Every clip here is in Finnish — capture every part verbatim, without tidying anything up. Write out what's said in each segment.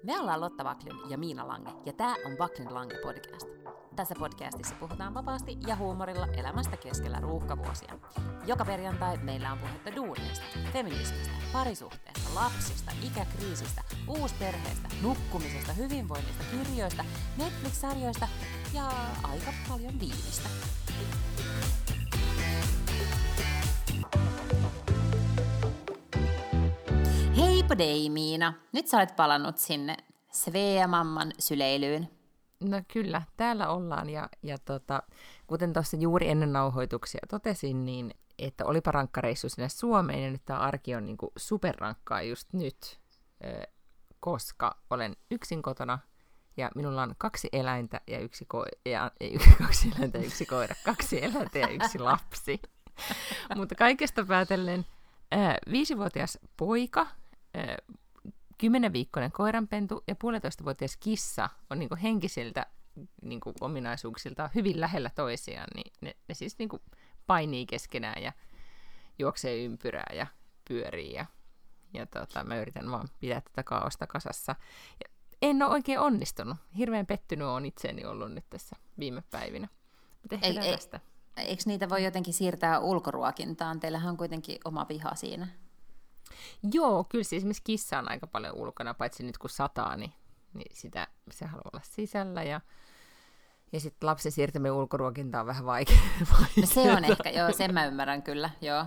Me ollaan Lotta Wacklund ja Miina Lange, ja tää on Wacklund Lange podcast. Tässä podcastissa puhutaan vapaasti ja huumorilla elämästä keskellä ruuhkavuosia. Joka perjantai meillä on puhetta duuneista, feminismistä, parisuhteesta, lapsista, ikäkriisistä, uusperheestä, nukkumisesta, hyvinvoinnista, kirjoista, Netflix-sarjoista ja aika paljon viinistä. Heippa dei, Miina. Nyt sä olet palannut sinne Svea-mamman syleilyyn. No kyllä, täällä ollaan ja, ja tota, kuten tuossa juuri ennen nauhoituksia totesin, niin että olipa rankka reissu sinne Suomeen ja nyt tämä arki on niinku superrankkaa just nyt, koska olen yksin kotona ja minulla on kaksi eläintä ja yksi, ko- ja, kaksi, eläintä ja yksi koira, kaksi eläintä ja yksi lapsi. Mutta kaikesta päätellen ää, viisivuotias poika, ää, kymmenenviikkoinen koiranpentu ja puolitoistavuotias kissa on niinku henkisiltä niinku ominaisuuksiltaan hyvin lähellä toisiaan, niin ne, ne siis niinku painii keskenään ja juoksee ympyrää ja pyörii ja, ja tota, mä yritän vaan pitää tätä kaaosta kasassa. Ja en ole oikein onnistunut. Hirveän pettynyt olen itseeni ollut nyt tässä viime päivinä. Mutta ei, ei, eikö niitä voi jotenkin siirtää ulkoruokintaan? Teillähän on kuitenkin oma piha siinä. Joo, kyllä siis esimerkiksi kissa on aika paljon ulkona, paitsi nyt kun sataa, niin, niin sitä, se haluaa olla sisällä. Ja, ja sitten lapsen siirtäminen ulkoruokintaan on vähän vaikea. No se on ehkä, joo, sen mä ymmärrän kyllä, joo.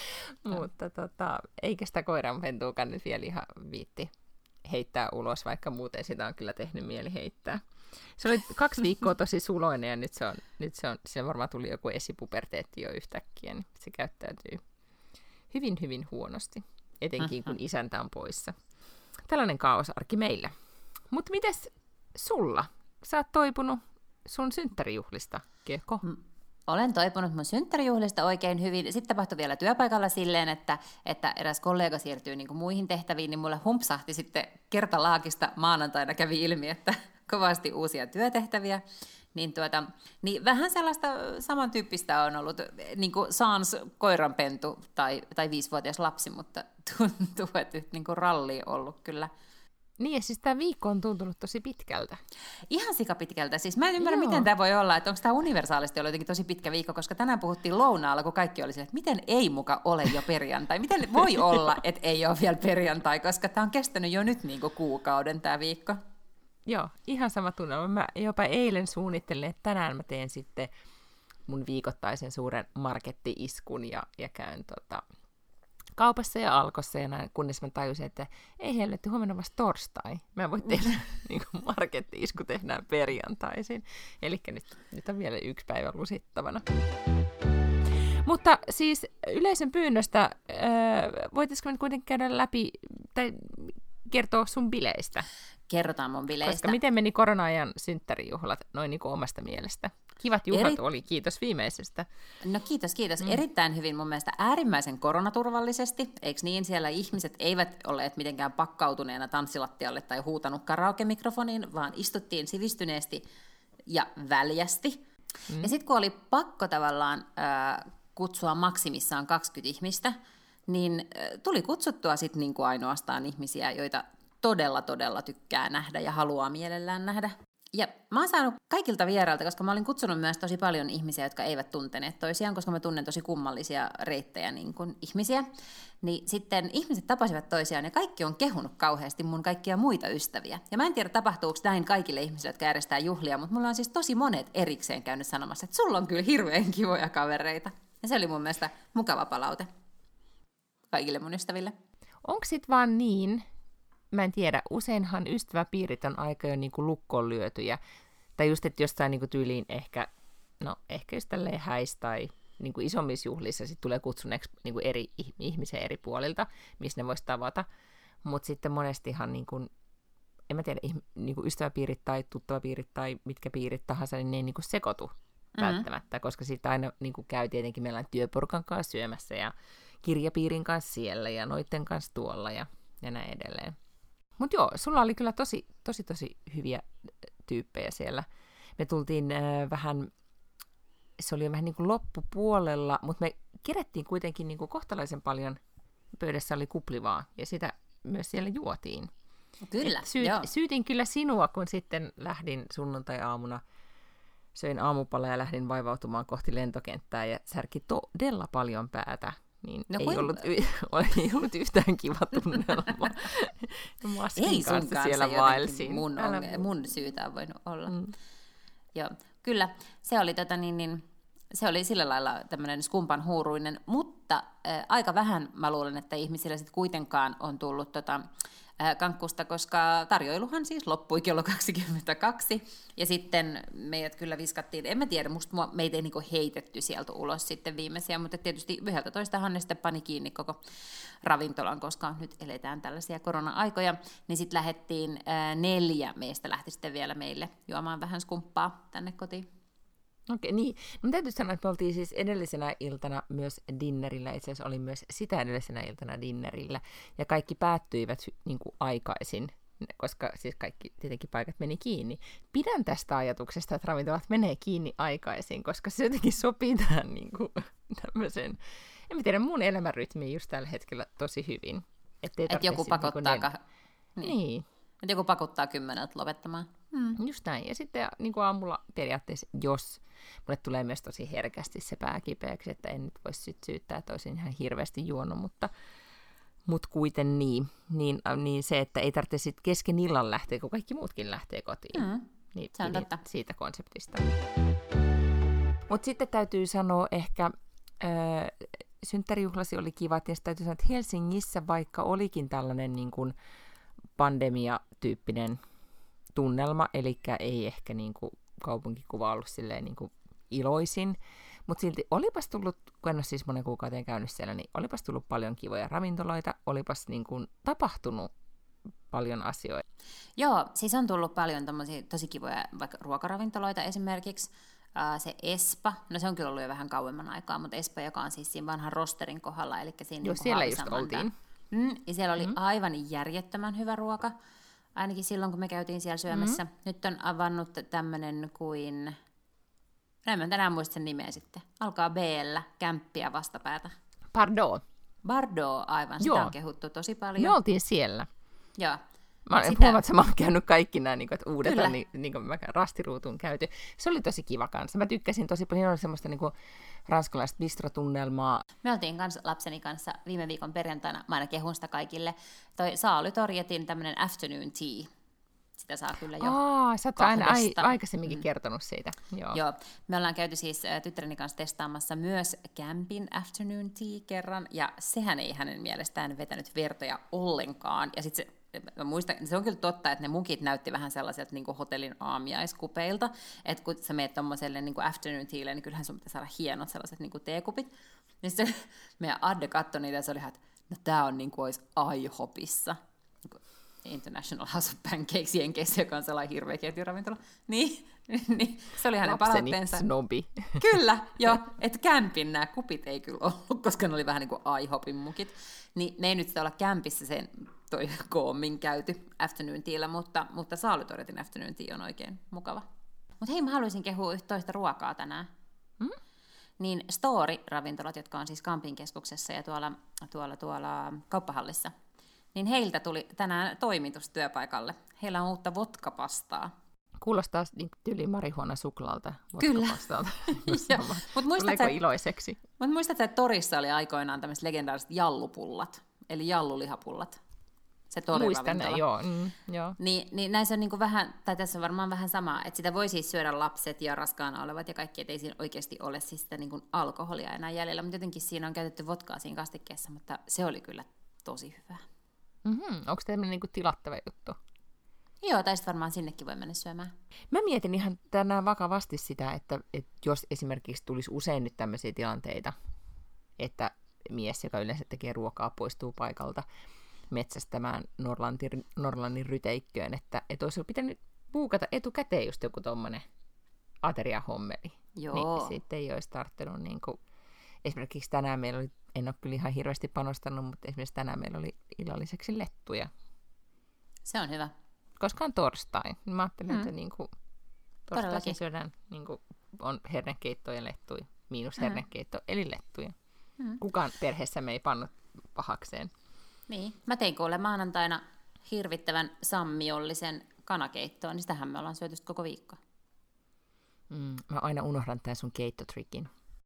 Mutta tota, eikä sitä koiranpentuukaan nyt vielä ihan viitti heittää ulos, vaikka muuten sitä on kyllä tehnyt mieli heittää. Se oli kaksi viikkoa tosi suloinen ja nyt se on, nyt se on, se varmaan tuli joku esipuberteetti jo yhtäkkiä, niin se käyttäytyy hyvin, hyvin huonosti, etenkin kun isäntä on poissa. Tällainen kaosarki meillä. Mutta mites sulla? Sä oot toipunut sun synttärijuhlista, Kiekko? Mm. Olen toipunut mun synttärijuhlista oikein hyvin. Sitten tapahtui vielä työpaikalla silleen, että, että eräs kollega siirtyy niin kuin muihin tehtäviin, niin mulle humpsahti sitten kertalaakista maanantaina kävi ilmi, että kovasti uusia työtehtäviä. Niin, tuota, niin vähän sellaista samantyyppistä on ollut, niin kuin Sans koiranpentu tai, tai viisivuotias lapsi, mutta tuntuu, että niin kuin ralli on ollut kyllä. Niin, ja siis tämä viikko on tuntunut tosi pitkältä. Ihan sikapitkältä. Siis mä en ymmärrä, Joo. miten tämä voi olla, että onko tämä universaalisti ollut jotenkin tosi pitkä viikko, koska tänään puhuttiin lounaalla, kun kaikki oli sille, että miten ei muka ole jo perjantai. Miten voi olla, että ei ole vielä perjantai, koska tämä on kestänyt jo nyt niin kuin kuukauden tämä viikko. Joo, ihan sama tunnelma. Mä jopa eilen suunnittelin, että tänään mä teen sitten mun viikoittaisen suuren marketti-iskun ja, ja käyn tota, kaupassa ja Alkossa ja näin, kunnes mä tajusin, että ei helvetti, huomenna vasta torstai. Mä en voi tehdä niin kuin marketti-isku tehdään perjantaisin. Eli nyt, nyt on vielä yksi päivä lusittavana. Mutta siis yleisön pyynnöstä äh, voitaisiko me kuitenkin käydä läpi tai kertoa sun bileistä? Kerrotaan mun bileistä. Koska miten meni korona-ajan synttärijuhlat noin niin kuin omasta mielestä? Kivat juhlat Eri... oli, kiitos viimeisestä. No kiitos, kiitos. Mm. Erittäin hyvin mun mielestä äärimmäisen koronaturvallisesti. Eikö niin? Siellä ihmiset eivät olleet mitenkään pakkautuneena tanssilattialle tai huutanut karaoke-mikrofoniin, vaan istuttiin sivistyneesti ja väljästi. Mm. Ja sitten kun oli pakko tavallaan äh, kutsua maksimissaan kaksikymmentä ihmistä, niin äh, tuli kutsuttua sitten niinku ainoastaan ihmisiä, joita todella, todella tykkää nähdä ja haluaa mielellään nähdä. Ja mä oon saanut kaikilta vierailta, koska mä olin kutsunut myös tosi paljon ihmisiä, jotka eivät tunteneet toisiaan, koska mä tunnen tosi kummallisia reittejä niin kuin ihmisiä. Niin sitten ihmiset tapasivat toisiaan ja kaikki on kehunut kauheasti mun kaikkia muita ystäviä. Ja mä en tiedä, tapahtuuko näin kaikille ihmisille, jotka järjestää juhlia, mutta mulla on siis tosi monet erikseen käynyt sanomassa, että sulla on kyllä hirveän kivoja kavereita. Ja se oli mun mielestä mukava palaute kaikille mun ystäville. Onko sit vaan niin... Mä en tiedä, useinhan ystäväpiirit on aika jo niin kuin lukkoon lyötyjä. Tai just, että jostain niin kuin tyyliin ehkä, no ehkä just tälleen häis tai niin kuin isommissa juhlissa sit tulee kutsuneeksi niin kuin eri ihmisiä eri puolilta, missä ne voisi tavata. Mutta sitten monestihan, niin kuin, en mä tiedä, niin kuin ystäväpiirit tai tuttavapiirit tai mitkä piirit tahansa, niin ne ei niin kuin sekoitu mm-hmm. välttämättä, koska sitten aina niin kuin käy tietenkin meillä työporukan kanssa syömässä ja kirjapiirin kanssa siellä ja noitten kanssa tuolla ja, ja näin edelleen. Mutta joo, sulla oli kyllä tosi, tosi, tosi hyviä tyyppejä siellä. Me tultiin äh, vähän, se oli vähän niin kuin loppupuolella, mutta me kerättiin kuitenkin niin kuin kohtalaisen paljon. Pöydässä oli kuplivaa ja sitä myös siellä juotiin. Kyllä, syyt, joo. Syytin kyllä sinua, kun sitten lähdin sunnuntai-aamuna, söin aamupalaa ja lähdin vaivautumaan kohti lentokenttää ja särki todella paljon päätä. Niin no, ei, kuin... ollut y- ei ollut yhtään kiva tunnelma. Maskin ei sun kanssa kanssa siellä vaelsin. Mun, on, mun syytä on voinut olla. Mm. Joo, kyllä, se oli, tota, niin, niin, se oli sillä lailla tämmöinen skumpan huuruinen, mutta äh, aika vähän mä luulen, että ihmisillä sitten kuitenkaan on tullut tota, äh, kankkusta, koska tarjoiluhan siis loppui kello kaksikymmentäkaksi, ja sitten meidät kyllä viskattiin, en mä tiedä, musta mua, meitä ei niinku heitetty sieltä ulos sitten viimeisiä, mutta tietysti yhdeltä toistahan ne sitten pani kiinni koko ravintolan, koska nyt eletään tällaisia korona-aikoja, niin sitten lähdettiin ää, neljä meistä lähti sitten vielä meille juomaan vähän skumppaa tänne kotiin. Okei, niin. No täytyy sanoa, että me oltiin siis edellisenä iltana myös dinnerillä, itse asiassa oli myös sitä edellisenä iltana dinnerillä, ja kaikki päättyivät niin kuin aikaisin, koska siis kaikki tietenkin paikat meni kiinni. Pidän tästä ajatuksesta, että ravintolat menee kiinni aikaisin, koska se jotenkin sopii tähän niin kuin, tämmöisen, en mä tiedä, mun elämänrytmiin just tällä hetkellä tosi hyvin. Että et joku pakottaa, niin, kah... niin. niin. Et joku pakottaa kymmeneltä lopettamaan. Hmm. Just näin. Ja sitten niin kuin aamulla periaatteessa, jos mulle tulee myös tosi herkästi se pää kipeäksi, että en nyt voi sit syyttää, että olisin ihan hirveästi juonut, mutta, mutta kuiten niin, niin, niin se, että ei tarvitse sitten kesken illan lähteä, kun kaikki muutkin lähtee kotiin. Hmm. Niin, se on niin, totta. Siitä konseptista. Mutta sitten täytyy sanoa ehkä, äh, synttärijuhlasi oli kiva, että täytyy sanoa, että Helsingissä vaikka olikin tällainen niin kuin pandemia-tyyppinen tunnelma, eli ei ehkä niin kuin kaupunkikuva ollut silleen niin kuin iloisin, mutta silti olipas tullut, kun en ole siis monen kuukauteen käynyt siellä, niin olipas tullut paljon kivoja ravintoloita, olipas niin kuin tapahtunut paljon asioita. Joo, siis on tullut paljon tommosia tosi kivoja vaikka ruokaravintoloita esimerkiksi. Uh, se Espa, no se on kyllä ollut jo vähän kauemman aikaa, mutta Espa, joka on siis siinä vanhan rosterin kohdalla, eli siinä Joo, niin siellä just oltiin. Mm, ja siellä oli mm. aivan järjettömän hyvä ruoka, ainakin silloin, kun me käytiin siellä syömässä. Mm. Nyt on avannut tämmöinen kuin, en mä tänään muista sen nimeä sitten, alkaa B-llä, kämppiä vastapäätä. Pardon. Bardot, aivan, sitä Joo. on kehuttu tosi paljon. Me oltiin siellä. Joo. Mä Sitä... huomaan, että mä oon käynyt kaikki nämä niin kuin, että uudet on, niin, niin kuin mä rastiruutuun käyty. Se oli tosi kiva kanssa. Mä tykkäsin tosi paljon. Siinä oli semmoista niin kuin ranskalaista bistrotunnelmaa. Me oltiin kans lapseni kanssa viime viikon perjantaina, mä aina kehun sitä kaikille, toi Saaly Torjetin tämmönen afternoon tea. Sitä saa kyllä jo Aa, sä oot aina ai, kahdesta. aikaisemminkin mm. kertonut siitä. Joo. Joo, me ollaan käyty siis tyttäreni kanssa testaamassa myös Campin afternoon tea kerran, ja sehän ei hänen mielestään vetänyt vertoja ollenkaan. Ja sit se, mä muistan, se on kyllä totta, että ne mukit näytti vähän sellaiselta niin kuin hotellin aamiaiskupeilta, että kun sä meet tommoselle niin kuin afternoon tealle, niin kyllähän sun pitää saada hienot sellaiset niin kuin teekupit. Niin se meidän Adde katsoi niitä, ja se oli, että no tää on niin kuin olisi IHOPissa. International House of Pancakes Jenkeissä, joka on sellainen hirveä ketjuravintola. Niin, niin, se oli hänen Lapseni palautteensa. snobi. Kyllä, joo. Että Campin nämä kupit ei kyllä ollut, koska ne oli vähän niin kuin IHOPin mukit. Niin me ei nyt sitä olla Campissa sen toi koommin käyty afternoon tealla, mutta, mutta Saaly Torjetin afternoon tea on oikein mukava. Mutta hei, mä haluaisin kehua yhtä toista ruokaa tänään. Mm? Niin Story-ravintolat, jotka on siis Kampin keskuksessa ja tuolla, tuolla, tuolla kauppahallissa, niin heiltä tuli tänään toimitus työpaikalle. Heillä on uutta vodkapastaa. Kuulostaa tyyli marihuana suklaalta. Kyllä. Mut Tuleeko iloiseksi? Mutta muistatko, että Torissa oli aikoinaan tämmöiset legendaariset jallupullat, eli jallulihapullat. Se Muistan ne, joo. Mm, joo. Niin, niin näissä on niinku vähän, tai tässä on varmaan vähän samaa, että sitä voi siis syödä lapset ja raskaana olevat ja kaikki, että ei siinä oikeasti ole siis sitä niinku alkoholia enää jäljellä, mutta jotenkin siinä on käytetty vodkaa siinä kastikkeessa, mutta se oli kyllä tosi hyvä. Mm-hmm. Onko tämmöinen niinku tilattava juttu? Joo, tai sitten varmaan sinnekin voi mennä syömään. Mä mietin ihan tänään vakavasti sitä, että, että jos esimerkiksi tulisi usein nyt tämmöisiä tilanteita, että mies, joka yleensä tekee ruokaa, poistuu paikalta metsästämään Norlantin, Norlannin ryteikköön, että, että olisi pitänyt puukata etukäteen just joku tommonen ateriahommeli. Joo. Niin sitten ei olisi tarttunut niin kuin, esimerkiksi tänään meillä oli, en ole kyllä ihan hirveästi panostanut, mutta esimerkiksi tänään meillä oli illalliseksi lettuja. Se on hyvä. Koska on torstai, niin mä ajattelin, mm. että niin kuin, torstaisin Todellakin. syödään niin kuin, on hernekeitto ja lettuja, miinus mm. hernekeitto, eli lettuja. Mm. Kukaan perheessä me ei pannut pahakseen. Niin, mä tein kuule maanantaina hirvittävän sammiollisen kanakeittoon, niin sitähän me ollaan syöty koko viikko. Mm, mä aina unohdan tämän sun keittotrikin.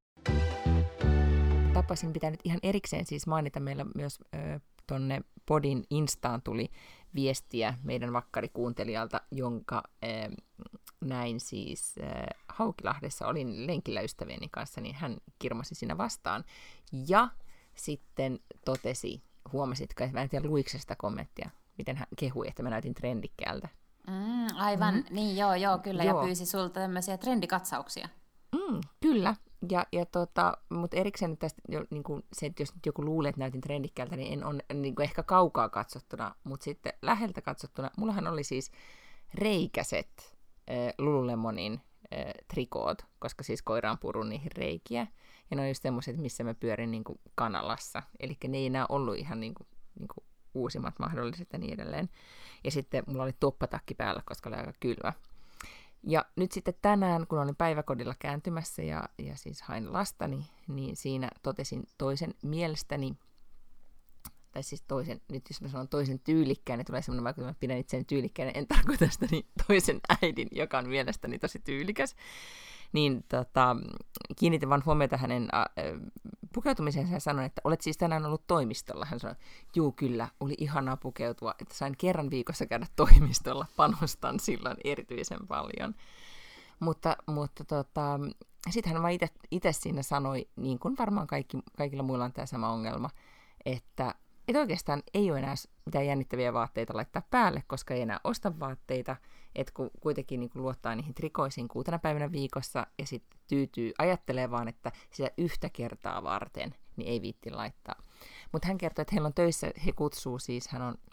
Tapasin pitää nyt ihan erikseen siis mainita, meillä myös äh, tonne Podin Instaan tuli viestiä meidän vakkarikuuntelijalta, jonka äh, näin siis äh, Haukilahdessa, olin lenkillä ystävieni kanssa, niin hän kirmasi siinä vastaan. Ja sitten totesi, huomasitko, että mä en tiedä luiko sitä kommenttia, miten hän kehui, että mä näytin trendikkäältä. Mm, aivan, mm. niin joo, joo, kyllä, joo. Ja pyysi sulta tämmöisiä trendikatsauksia. Mm, kyllä, ja, ja tota, mutta erikseen nyt tästä jo, niin kuin se, että jos nyt joku luulee, että näytin trendikkäältä, niin en ole niin kuin ehkä kaukaa katsottuna, mutta sitten läheltä katsottuna, mullahan oli siis reikäiset äh, Lululemonin äh, trikoot, koska siis koiraan purun niihin reikiä, ja ne on just semmoiset, missä mä pyörin niin kuin kanalassa, eli ne ei enää ollut ihan niin kuin, niin kuin uusimmat mahdolliset ja niin edelleen. Ja sitten mulla oli toppatakki päällä, koska oli aika kylmä. Ja nyt sitten tänään, kun olin päiväkodilla kääntymässä ja, ja siis hain lastani, niin siinä totesin toisen mielestäni, tai siis toisen, nyt jos mä sanon toisen tyylikkään, niin tulee semmoinen vaikka, että mä pidän itseäni tyylikkään, en tarkoita sitä, niin toisen äidin, joka on mielestäni tosi tyylikäs. Niin tota, kiinnitin vaan huomiota hänen äh, pukeutumisensa ja sanoin, että olet siis tänään ollut toimistolla. Hän sanoi, juu kyllä, oli ihanaa pukeutua, että sain kerran viikossa käydä toimistolla, panostan silloin erityisen paljon. Mutta, mutta tota, sitten hän vaan itse siinä sanoi, niin kuin varmaan kaikki, kaikilla muilla on tämä sama ongelma, että et oikeastaan ei ole enää mitään jännittäviä vaatteita laittaa päälle, koska ei enää osta vaatteita, että kun kuitenkin niin kun luottaa niihin trikoisiin kuutena päivänä viikossa ja sitten tyytyy, ajattelee vaan, että sitä yhtä kertaa varten, niin ei viitti laittaa. Mutta hän kertoi, että heillä on töissä, he kutsuu siis, hän on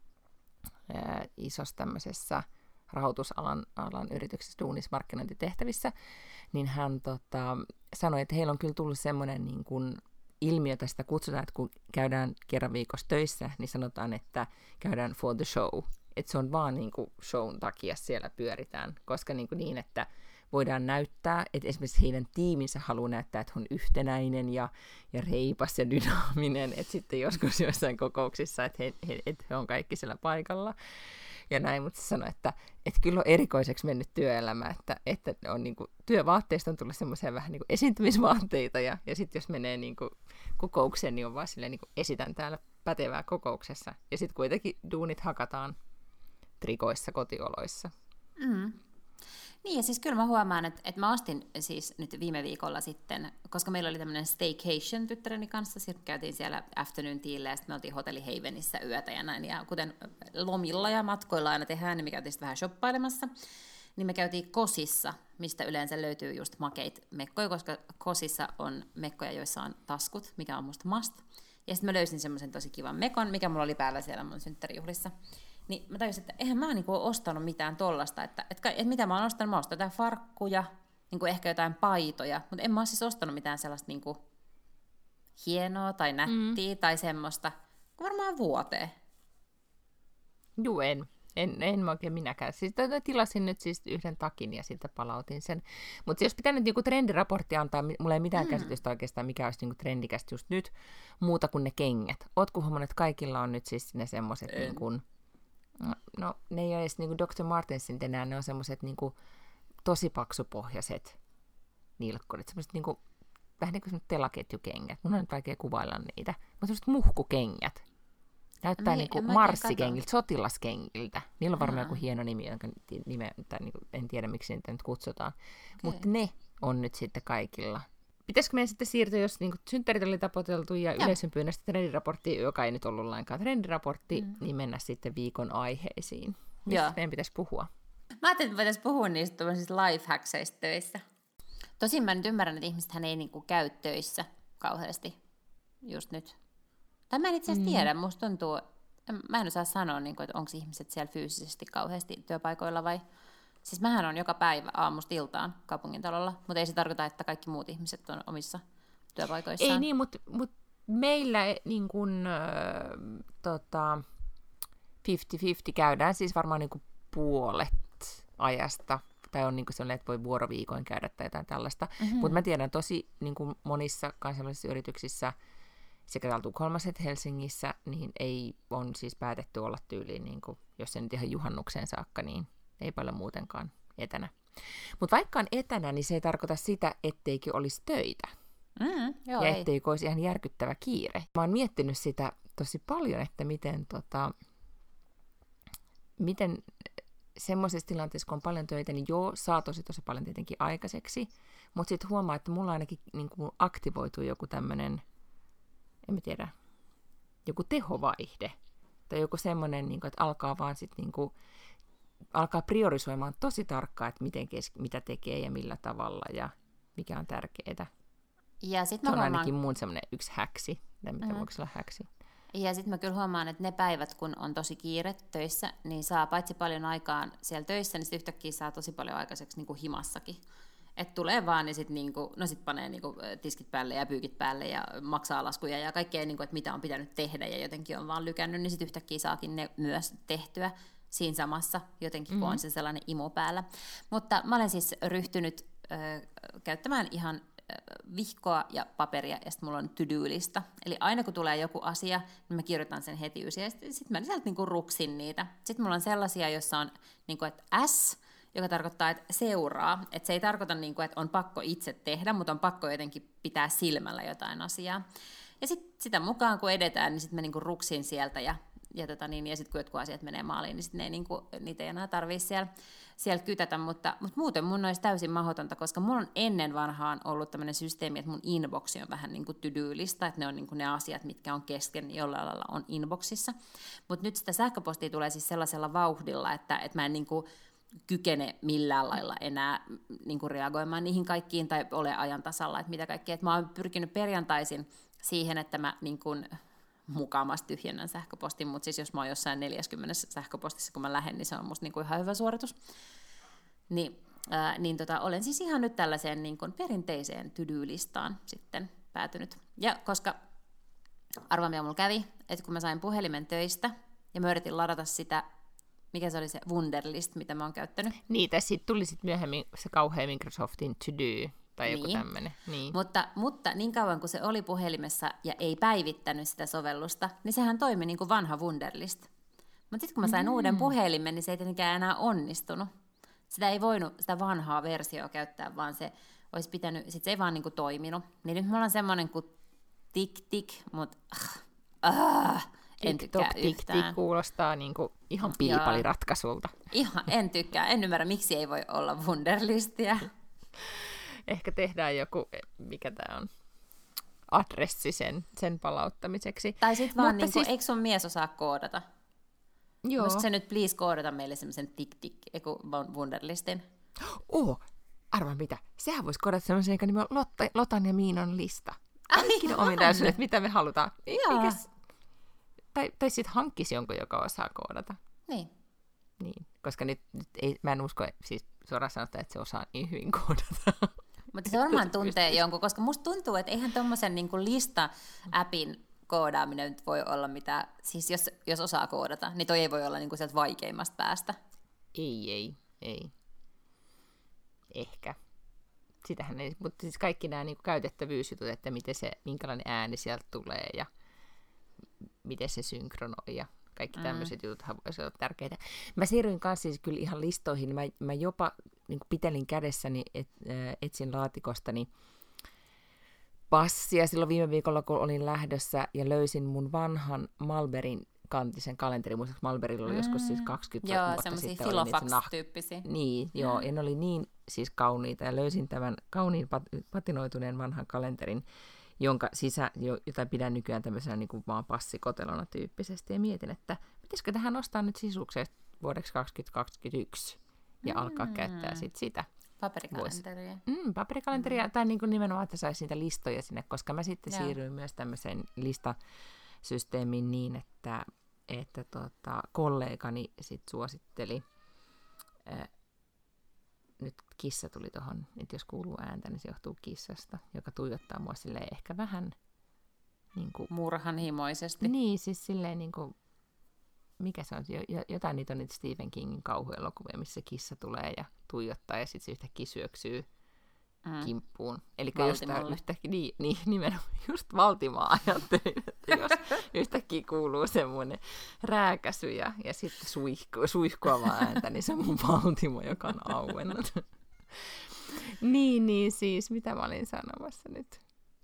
ää, isossa tämmöisessä rahoitusalan alan yrityksessä duunissa markkinointitehtävissä, niin hän tota, sanoi, että heillä on kyllä tullut semmoinen niin kuin ilmiötä sitä kutsutaan, että kun käydään kerran viikossa töissä, niin sanotaan, että käydään for the show. Että se on vaan niin kuin shown takia siellä pyöritään, koska niin, kuin niin, että voidaan näyttää, että esimerkiksi heidän tiiminsä haluaa näyttää, että on yhtenäinen ja, ja reipas ja dynaaminen, että sitten joskus joissain kokouksissa, että he, he, että he on kaikki siellä paikalla. Ja näin, mutta se sanoi, että, että kyllä on erikoiseksi mennyt työelämä, että, että on niin kuin, työvaatteista on tullut semmoisia vähän niin kuin esiintymisvaatteita, ja, ja sitten jos menee niin kuin kokoukseen, niin on vaan silleen, niin kuin esitän täällä pätevää kokouksessa. Ja sitten kuitenkin duunit hakataan trikoissa kotioloissa. Mm. Niin, ja siis kyllä mä huomaan, että, että mä ostin siis nyt viime viikolla sitten, koska meillä oli tämmöinen staycation tyttäreni kanssa, sitten käytiin siellä afternoon tealla, ja sitten me oltiin Hotelli Havenissä yötä ja näin, ja kuten lomilla ja matkoilla aina tehdään, niin me käytiin sitten vähän shoppailemassa, niin me käytiin Kosissa, mistä yleensä löytyy just makeit mekkoja, koska Kosissa on mekkoja, joissa on taskut, mikä on musta must, ja sitten mä löysin semmoisen tosi kivan mekon, mikä mulla oli päällä siellä mun synttärijuhlissa. Niin mä tajusin, että eihän mä niinku ole ostanut mitään tollasta, että, että, että mitä mä oon ostanut, mä oon ostanut jotain farkkuja, niinku ehkä jotain paitoja, mutta en mä ole siis ostanut mitään sellaista niinku hienoa tai nättiä mm. tai semmoista, kuin varmaan vuoteen. Juu, en. En, en mä oikein minäkään. Siis tilasin nyt siis yhden takin ja sitten palautin sen. Mutta jos pitää nyt niinku trendiraportti antaa, mulla ei mitään mm. käsitystä oikeastaan, mikä olisi niinku trendikästä just nyt, muuta kuin ne kengät. Ootko huomannut, että kaikilla on nyt siis ne semmoiset niin kuin No, no, ne ei ole edes niin kuin doktor Martensin enää, ne on semmoiset niin kuin tosi paksupohjaiset nilkkurit, semmoiset niin kuin, vähän niin kuin semmoiset telaketjukengät. Mun on nyt vaikea kuvailla niitä, mutta semmoiset muhkukengät. Näyttää niin kuin marssikengiltä, sotilaskengiltä. Niillä on varmaan joku hieno nimi, jonka nime, tai niin kuin, en tiedä miksi niitä nyt kutsutaan. Okay. Mutta ne on nyt sitten kaikilla. Pitäisikö meidän sitten siirtyä, jos niin synttärit oli tapoteltu ja Joo. yleisön pyynnöstä trendiraportti, joka ei nyt ollut lainkaan trendiraportti, mm. niin mennä sitten viikon aiheisiin. Mistä meidän pitäisi puhua? Mä ajattelin, että voitaisiin puhua niistä lifehackseista töissä. Tosin mä nyt ymmärrän, että ihmisethän ei niin kuin käy töissä kauheasti just nyt. Tai mä en itse asiassa mm. tiedä, musta tuntuu, mä en osaa sanoa, niin kuin, että onko ihmiset siellä fyysisesti kauheasti työpaikoilla vai... Siis mähän on joka päivä aamusta iltaan kaupungintalolla, mutta ei se tarkoita, että kaikki muut ihmiset on omissa työpaikoissaan. Ei niin, mutta mut meillä niin kun, äh, tota, viisikymmentä viisikymmentä käydään siis varmaan niin kuin puolet ajasta. Tai on niin kuin sellainen, että voi vuoroviikoin käydä tai jotain tällaista. Mm-hmm. Mutta mä tiedän tosi niin kuin monissa kansainvälisissä yrityksissä sekä täällä Tukholmassa että Helsingissä, niin ei on siis päätetty olla tyyliin, niin kuin, jos se nyt ihan juhannukseen saakka, niin ei paljon muutenkaan etänä. Mutta vaikka on etänä, niin se ei tarkoita sitä, etteikö olisi töitä. Mm, joo, ja ei. etteikö olisi ihan järkyttävä kiire. Mä oon miettinyt sitä tosi paljon, että miten, tota, miten semmoisessa tilanteessa, kun on paljon töitä, niin joo, saa tosi tosi paljon tietenkin aikaiseksi, mutta sitten huomaa, että mulla ainakin niin kuin aktivoituu joku tämmöinen, en mä tiedä, joku tehovaihde. Tai joku semmoinen, niin kuin, että alkaa vaan sit niin kuin, alkaa priorisoimaan tosi tarkkaan, että miten kes- mitä tekee ja millä tavalla ja mikä on tärkeää. Ja sit Se mä on huomaan... ainakin mun semmoinen yksi häksi. En mitä Mm. voiko se olla häksi. Ja sitten mä kyllä huomaan, että ne päivät, kun on tosi kiire töissä, niin saa paitsi paljon aikaan siellä töissä, niin sitten yhtäkkiä saa tosi paljon aikaiseksi niin kuin himassakin. Että tulee vaan, niin sitten niinku, no sit panee niinku tiskit päälle ja pyykit päälle ja maksaa laskuja ja kaikkea, niinku, että mitä on pitänyt tehdä ja jotenkin on vaan lykännyt, niin sitten yhtäkkiä saakin ne myös tehtyä siinä samassa, jotenkin kun mm-hmm. on se sellainen imo päällä. Mutta mä olen siis ryhtynyt ö, käyttämään ihan vihkoa ja paperia, ja sitten mulla on to-do-lista. Eli aina kun tulee joku asia, niin mä kirjoitan sen heti ylös, ja sitten sit mä sieltä niinku ruksin niitä. Sitten mulla on sellaisia, joissa on, niinku, että S, joka tarkoittaa, että seuraa. Että se ei tarkoita, niinku, että on pakko itse tehdä, mutta on pakko jotenkin pitää silmällä jotain asiaa. Ja sitten sitä mukaan, kun edetään, niin sitten mä niinku ruksin sieltä, ja, ja, tota niin, ja sitten kun jotkut asiat menee maaliin, niin sitten niinku, niitä ei enää tarvitse siellä, siellä kytätä. Mutta, mutta muuten mun olisi täysin mahdotonta, koska mulla on ennen vanhaan ollut tämmöinen systeemi, että mun inboxi on vähän niin kuin to-do-lista, että ne on niin kuin ne asiat, mitkä on kesken, niin jollain lailla on inboxissa. Mutta nyt sitä sähköpostia tulee siis sellaisella vauhdilla, että, että mä en niin kuin kykene millään lailla enää niin kuin reagoimaan niihin kaikkiin tai ole ajan tasalla, että mitä kaikkea. Että mä oon pyrkinyt perjantaisin siihen, että mä niin kuin mukaamassa tyhjennän sähköpostin, mutta siis jos mä oon jossain neljäkymmentä sähköpostissa, kun mä lähden, niin se on musta niin kuin ihan hyvä suoritus. Ni, ää, niin tota, olen siis ihan nyt tällaiseen niin kuin perinteiseen to-do-listaan sitten päätynyt. Ja koska arvaa, mitä mulla kävi, että kun mä sain puhelimen töistä ja mä yritin ladata sitä, mikä se oli se Wunderlist, mitä mä oon käyttänyt. Niin, tai sitten tuli sit myöhemmin se kauhea Microsoftin to-do tai joku niin. tämmöinen. Niin. Mutta, mutta niin kauan kuin se oli puhelimessa ja ei päivittänyt sitä sovellusta, niin sehän toimi niin kuin vanha Wunderlist. Mutta sitten kun mä sain mm. uuden puhelimen, niin se ei tietenkään enää onnistunut. Sitä ei voinut sitä vanhaa versiota käyttää, vaan se olisi pitänyt, sit se ei vaan niin kuin toiminut. Niin nyt mulla on semmoinen kuin tik-tik, mutta ah, ah, en tykkää TikTok, yhtään. TikTok kuulostaa niin kuin ihan piipaliratkaisulta. Ihan, en tykkää. En ymmärrä, miksi ei voi olla Wunderlistia. Ehkä tehdään joku, mikä tämä on, adressi sen, sen palauttamiseksi. Tai sitten vaan, niin kuin, siis... eikö sun mies osaa koodata? Joo. Voisitko se nyt please koodata meille semmoisen tik-tik, eiku Wunderlistin? Oh, arvaa mitä. Sehän voisi koodata semmoisen, joka nimi on Lotta, Lotan ja Miinan lista. Kaikki ne ominaisuudet, mitä me halutaan. Mikäs... Tai, tai sitten hankkisi jonkun, joka osaa koodata. Niin. Niin, koska nyt, nyt ei, mä en usko, siis suoraan sanotaan, että se osaa niin hyvin koodata. Mutta se varmaan tuntee jonkun, koska musta tuntuu, että eihän tommosen niin kuin lista-appin koodaaminen nyt voi olla mitä, siis jos, jos osaa koodata, niin toi ei voi olla niin kuin sieltä vaikeimmasta päästä. Ei, ei, ei. Ehkä. Sitähän ei, mutta siis kaikki nämä niin kuin käytettävyysjutut, että miten se, minkälainen ääni sieltä tulee ja miten se synkronoi ja kaikki tämmöiset mm. jututhan voisi olla tärkeitä. Mä siirryin kanssa siis kyllä ihan listoihin. Mä, mä jopa niin kuin pitelin kädessäni, et, äh, etsin laatikostani passia silloin viime viikolla, kun olin lähdössä ja löysin mun vanhan Malberin kantisen kalenterin. Muistaakseni Malberilla oli mm. joskus siis kaksikymmentä joo, vuotta sitten. Joo, semmoisia Filofax-tyyppisiä. Niin, mm. joo, ja ne oli niin siis kauniita ja löysin tämän kauniin pat- patinoituneen vanhan kalenterin, jonka sisä, jota pidän nykyään tämmöisenä niin kuin vaan passikotelona tyyppisesti, ja mietin, että pitäisikö tähän ostaa nyt sisukset vuodeksi kaksituhattakaksikymmentäyksi, ja mm. alkaa käyttää sit sitä. Paperikalenteria. Mm, paperikalenteria, mm. tai niin kuin nimenomaan, että saisi niitä listoja sinne, koska mä sitten Joo. siirryin myös tämmöiseen listasysteemiin niin, että, että tota, kollegani sit suositteli, äh, nyt kissa tuli tuohon, että jos kuuluu ääntä, niin se johtuu kissasta, joka tuijottaa mua silleen ehkä vähän niin kuin... murhanhimoisesti. Niin, siis silleen niin kuin, mikä se on, jotain niitä on niitä Stephen Kingin kauhuelokuvia, missä kissa tulee ja tuijottaa ja sitten se yhtäkkiä syöksyy mm. kimppuun. Eli jos tämä yhtäkkiä, niin, niin nimenomaan just Valtimaa ajattelin, että jos yhtäkkiä kuuluu semmoinen rääkäsy ja, ja sitten suihku, suihkuava ääntä, niin se on mun Valtimo, joka on auennut. niin, niin siis, mitä mä olin sanomassa nyt?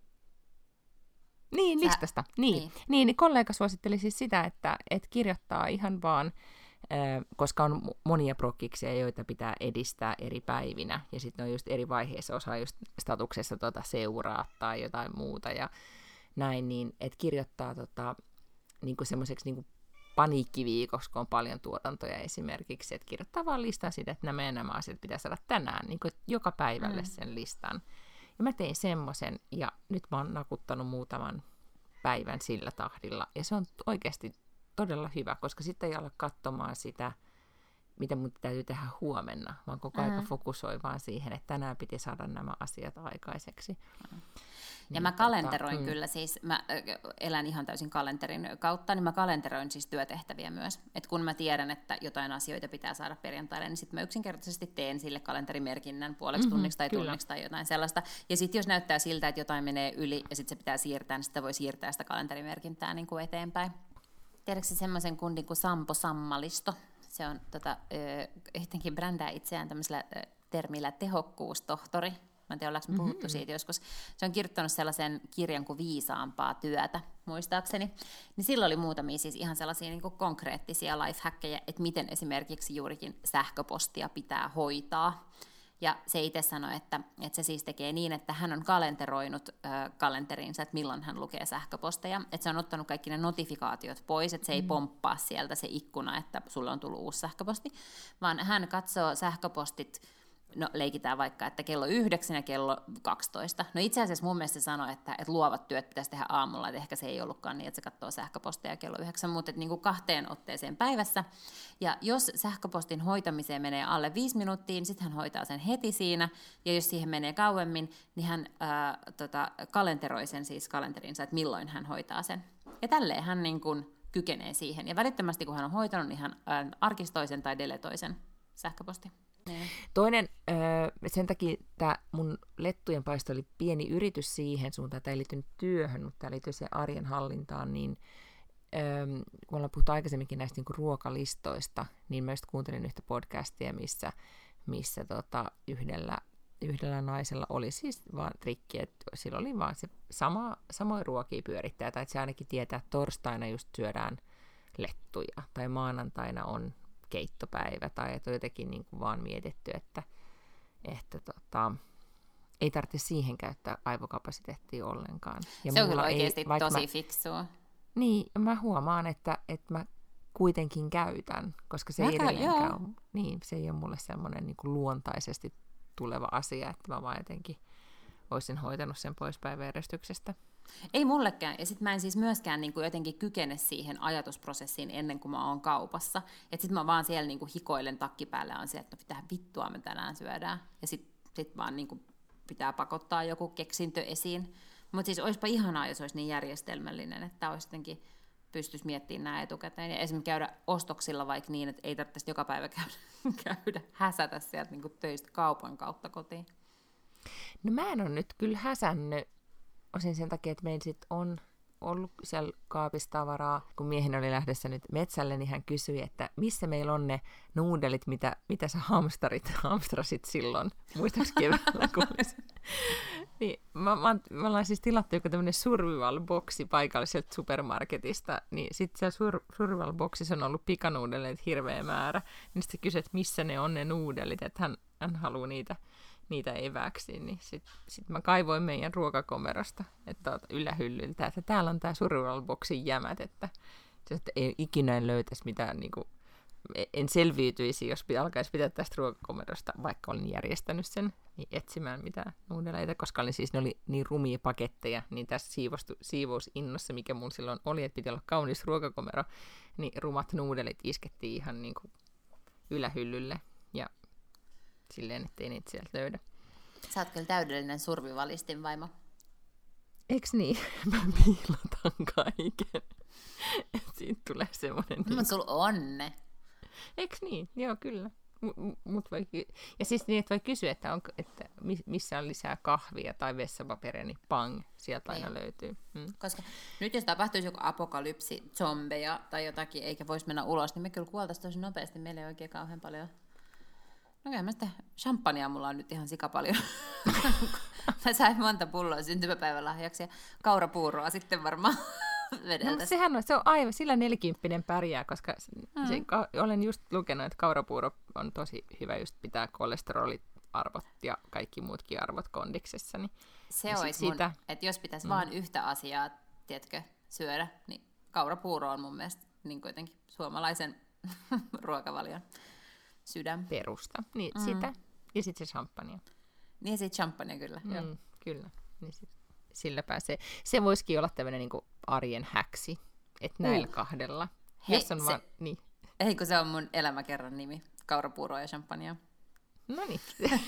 Niin, Sä, listasta. Niin. Niin. Niin, niin kollega suositteli siis sitä, että, että kirjoittaa ihan vaan, äh, koska on monia prokkiksia, joita pitää edistää eri päivinä, ja sitten on just eri vaiheissa, osa just statuksessa tota seuraa tai jotain muuta, ja näin, niin että kirjoittaa tota, niinku semmoiseksi niinku paniikkiviikoksi, kun on paljon tuotantoja esimerkiksi, että kirjoittaa vaan listan siitä, että nämä ja nämä asiat pitää saada tänään, niin kuin joka päivälle mm. sen listan. Ja mä tein semmoisen, ja nyt mä oon nakuttanut muutaman päivän sillä tahdilla. Ja se on oikeasti todella hyvä, koska sitten ei ala katsomaan sitä, mitä mun täytyy tehdä huomenna, vaan koko ajan mm-hmm. fokusoi vaan siihen, että tänään piti saada nämä asiat aikaiseksi. Mm. Ja niin, mä kalenteroin tota, kyllä, mm. siis mä elän ihan täysin kalenterin kautta, niin mä kalenteroin siis työtehtäviä myös. Et kun mä tiedän, että jotain asioita pitää saada perjantaille, niin sitten mä yksinkertaisesti teen sille kalenterimerkinnän puoleksi mm-hmm, tunniksi tai kyllä. tunniksi tai jotain sellaista. Ja sitten jos näyttää siltä, että jotain menee yli ja sitten se pitää siirtää, niin sitä voi siirtää sitä kalenterimerkintää niin kuin eteenpäin. Tiedätkö semmoisen kundin kuin Sampo Sammalisto? Se on tota, yhtäkkiä brändää itseään tämmöisellä termillä tehokkuustohtori. Mä en tiedä, ollaanko me puhuttu mm-hmm. siitä joskus. Se on kirjoittanut sellaisen kirjan kuin Viisaampaa työtä, muistaakseni. Niin silloin oli muutamia siis ihan sellaisia niin kuin konkreettisia lifehackkejä, että miten esimerkiksi juurikin sähköpostia pitää hoitaa. Ja se itse sanoi, että, että se siis tekee niin, että hän on kalenteroinut äh, kalenterinsa, että milloin hän lukee sähköposteja. Että se on ottanut kaikki ne notifikaatiot pois, että se ei mm. pomppaa sieltä se ikkuna, että sulla on tullut uusi sähköposti, vaan hän katsoo sähköpostit. No leikitään vaikka, että kello yhdeksän ja kello kaksitoista. No itse asiassa mun mielestä se sanoi, että, että luovat työt pitäisi tehdä aamulla, että ehkä se ei ollutkaan niin, että se katsoo sähköposteja kello yhdeksän, mutta että niin kuin kahteen otteeseen päivässä. Ja jos sähköpostin hoitamiseen menee alle viisi minuuttia, niin sitten hän hoitaa sen heti siinä, ja jos siihen menee kauemmin, niin hän ää, tota, kalenteroi sen siis kalenterinsa, että milloin hän hoitaa sen. Ja tälleen hän niin kuin kykenee siihen. Ja välittömästi kun hän on hoitanut, niin hän ää, arkistoi sen tai deletoi sen sähköpostin. Ne. Toinen, sen takia tämä mun lettujen paisto oli pieni yritys siihen suuntaan, että ei liittynyt työhön, mutta tämä liittyy siihen arjen hallintaan, niin kun ollaan puhuttu aikaisemminkin näistä niin kuin ruokalistoista, niin mä just kuuntelin yhtä podcastia, missä, missä tota, yhdellä, yhdellä naisella oli siis vaan trikki, että sillä oli vaan se sama, samoin ruokia pyörittää, tai että se ainakin tietää, että torstaina just syödään lettuja, tai maanantaina on keittopäivä, tai että on jotenkin niin kuin vaan mietitty, että, että tota, ei tarvitse siihen käyttää aivokapasiteettia ollenkaan. Ja se on kyllä oikeasti ei, tosi mä, fiksua. Niin, mä huomaan, että, että mä kuitenkin käytän, koska se ei, ole, niin, se ei ole mulle semmoinen niin kuin luontaisesti tuleva asia, että mä vaan jotenkin olisin hoitanut sen pois päiväjärjestyksestä. Ei mullekään, ja sitten mä en siis myöskään niin kuin jotenkin kykene siihen ajatusprosessiin ennen kuin mä oon kaupassa. Että sitten mä vaan siellä niin kuin hikoilen takki päälle on se, että pitää vittua me tänään syödään. Ja sitten sit vaan niin kuin pitää pakottaa joku keksintö esiin. Mutta siis olisipa ihanaa, jos olisi niin järjestelmällinen, että olisi jotenkin pystyisi miettimään nämä etukäteen. Ja esimerkiksi käydä ostoksilla vaikka niin, että ei tarvitsisi joka päivä käydä, käydä häsätä sieltä niin kuin töistä kaupan kautta kotiin. No mä en ole nyt kyllä häsännyt. Osin sen takia, että meillä sit on ollut siellä kaapissa tavaraa. Kun miehen oli lähdössä nyt metsälle, niin hän kysyi, että missä meillä on ne nuudelit, mitä, mitä sä hamstarit, hamstrasit silloin. Muistaaks keväällä? niin, mä, mä, mä ollaan siis tilattu joku tämmöinen survival-boksi paikalliselta supermarketista, niin sitten siellä sur, survival-boksissa on ollut pikanuudeleita hirveä määrä. Niin sitten kysyt, että missä ne on ne nuudelit, että hän, hän haluaa niitä. niitä eväksi, niin sitten sit mä kaivoin meidän ruokakomerosta että ylähyllyltä, että täällä on tää survival-boksin jämät, että, että ei ikinä en löytäisi mitään, niin kuin, en selviytyisi, jos alkaisi pitää tästä ruokakomerosta, vaikka olin järjestänyt sen, niin etsimään mitään nuudeleita, koska oli siis, ne oli niin rumia paketteja, niin tässä siivostu, siivousinnossa, mikä mun silloin oli, että piti olla kaunis ruokakomero, niin rumat nuudelit iskettiin ihan niin kuin ylähyllylle, ja silleen, ettei niitä sieltä löydä. Sä oot kyllä täydellinen survivalistin vaimo. Eiks niin? Mä piilotan kaiken. Et siitä tulee semmonen... No, niin... sulla on ne. Eiks niin? Joo, kyllä. Mut, mut voi ky- ja siis niin, että voi kysyä, että, onko, että missä on lisää kahvia tai vessapaperia, niin pang, sieltä aina niin löytyy. Mm. Koska nyt jos tapahtuisi joku apokalypsi, zombeja tai jotakin, eikä voisi mennä ulos, niin me kyllä kuoltaisiin tosi nopeasti. Meillä ei oikein kauhean paljon. No kyllä mä sitä champagnea mulla on nyt ihan sika paljon. Mä sain monta pulloa syntymäpäivälahjaksi ja kaurapuuroa sitten varmaan vedeltä. No, sehän on, se on aivan, sillä nelikymppinen pärjää, koska mm. se, ka, olen just lukenut, että kaurapuuro on tosi hyvä just pitää kolesteroliarvot ja kaikki muutkin arvot kondiksessa. Niin, se olisi siitä, mun, että jos pitäisi mm. vaan yhtä asiaa, tiedätkö, syödä, niin kaurapuuro on mun mielestä niin kuitenkin suomalaisen ruokavalion sydän. Perusta. Niin mm. sitä. Ja sitten se champagne. Niin ja sitten champagne kyllä. Mm, joo. Kyllä. Niin sit, sillä pääsee. Se voisikin olla tämmöinen niinku arjen häksi. Että näillä uh. kahdella. Hei, jos on se, vaan, niin. Ei kun se on mun elämäkerran nimi. Kaurapuuroa ja champagnea. No niin.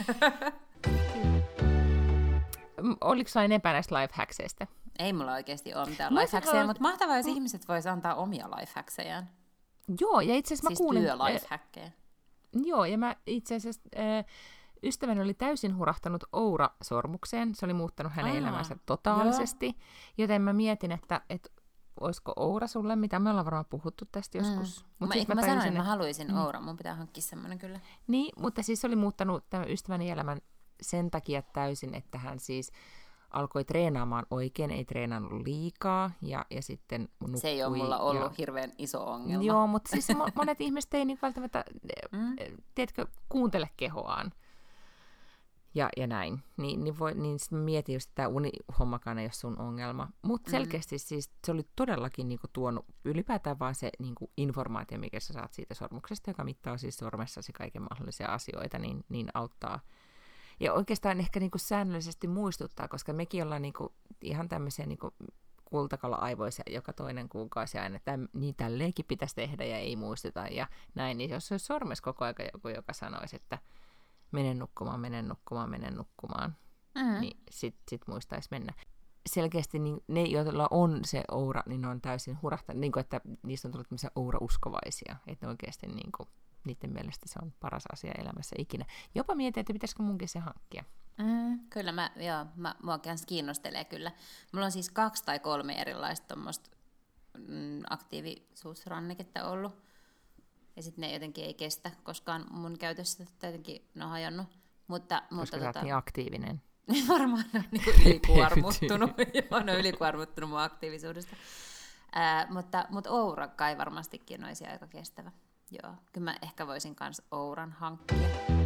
Oliko sellainen epä näistä lifehackseista? Ei mulla oikeasti ole mitään lifehackseja, haluan... mutta mahtavaa, jos mm. ihmiset vois antaa omia lifehacksejaan. Joo, ja itse asiassa siis mä kuulin... Siis työ-lifehackeja. Joo, ja mä itse asiassa... Äh, ystäväni oli täysin hurahtanut Oura-sormukseen. Se oli muuttanut hänen Aa, elämänsä totaalisesti. Joo. Joten mä mietin, että, että olisiko Oura sulle, mitä me ollaan varmaan puhuttu tästä joskus. Mm. Mut mä, siis mä, mä sanoin, että mä haluaisin mm. Oura. Mun pitää hankkia semmoinen kyllä. Niin, mutta siis se oli muuttanut tämän ystäväni elämän sen takia täysin, että hän siis alkoi treenaamaan oikein, ei treenannut liikaa ja, ja sitten nukkui. Se ei ole mulla ollut ja... hirveän iso ongelma. Joo, mutta siis monet ihmiset ei niin välttämättä, mm. tiedätkö, kuuntele kehoaan. Ja, ja näin. Niin, niin, voi, niin sitten mietin just, että tämä unihommakaan ei ole sun ongelma. Mutta selkeästi mm. siis se oli todellakin niinku tuonut ylipäätään vaan se niinku informaatio, mikä sä saat siitä sormuksesta, joka mittaa siis sormessasi kaiken mahdollisia asioita, niin, niin auttaa. Ja oikeastaan ehkä niinku säännöllisesti muistuttaa, koska mekin ollaan niinku ihan tämmöisiä niinku kultakala-aivoisia joka toinen kuukausi aina, että niin tälleenkin pitäisi tehdä ja ei muistuta ja näin. Niin jos olisi sormessa koko ajan joku, joka sanoisi, että menen nukkumaan, menen nukkumaan, menen nukkumaan, mm. niin sit, sit muistaisi mennä. Selkeästi niin ne, joilla on se oura, niin ne on täysin hurahtanut, niin kuin, että niistä on tullut tämmöisiä oura-uskovaisia, että ne oikeasti niin kuin, niiden mielestä se on paras asia elämässä ikinä. Jopa mietin, että pitäisikö munkin se hankkia. Mm, kyllä, mä, joo, mä, mua kiinnostelee kyllä. Mulla on siis kaksi tai kolme erilaista tommoista mm, aktiivisuusranneketta ollut. Ja sitten ne jotenkin ei kestä koskaan mun käytössä, että jotenkin ne on hajonnut. Mutta, koska mutta, sä oot tota... niin aktiivinen. Varmaan ne on niin ylikuormuttunut. Joo, ne on ylikuormuttunut mun aktiivisuudesta. Ää, mutta, mutta Oura kai varmastikin olisi aika kestävä. Joo, kyllä mä ehkä voisin kans Ouran hankkia.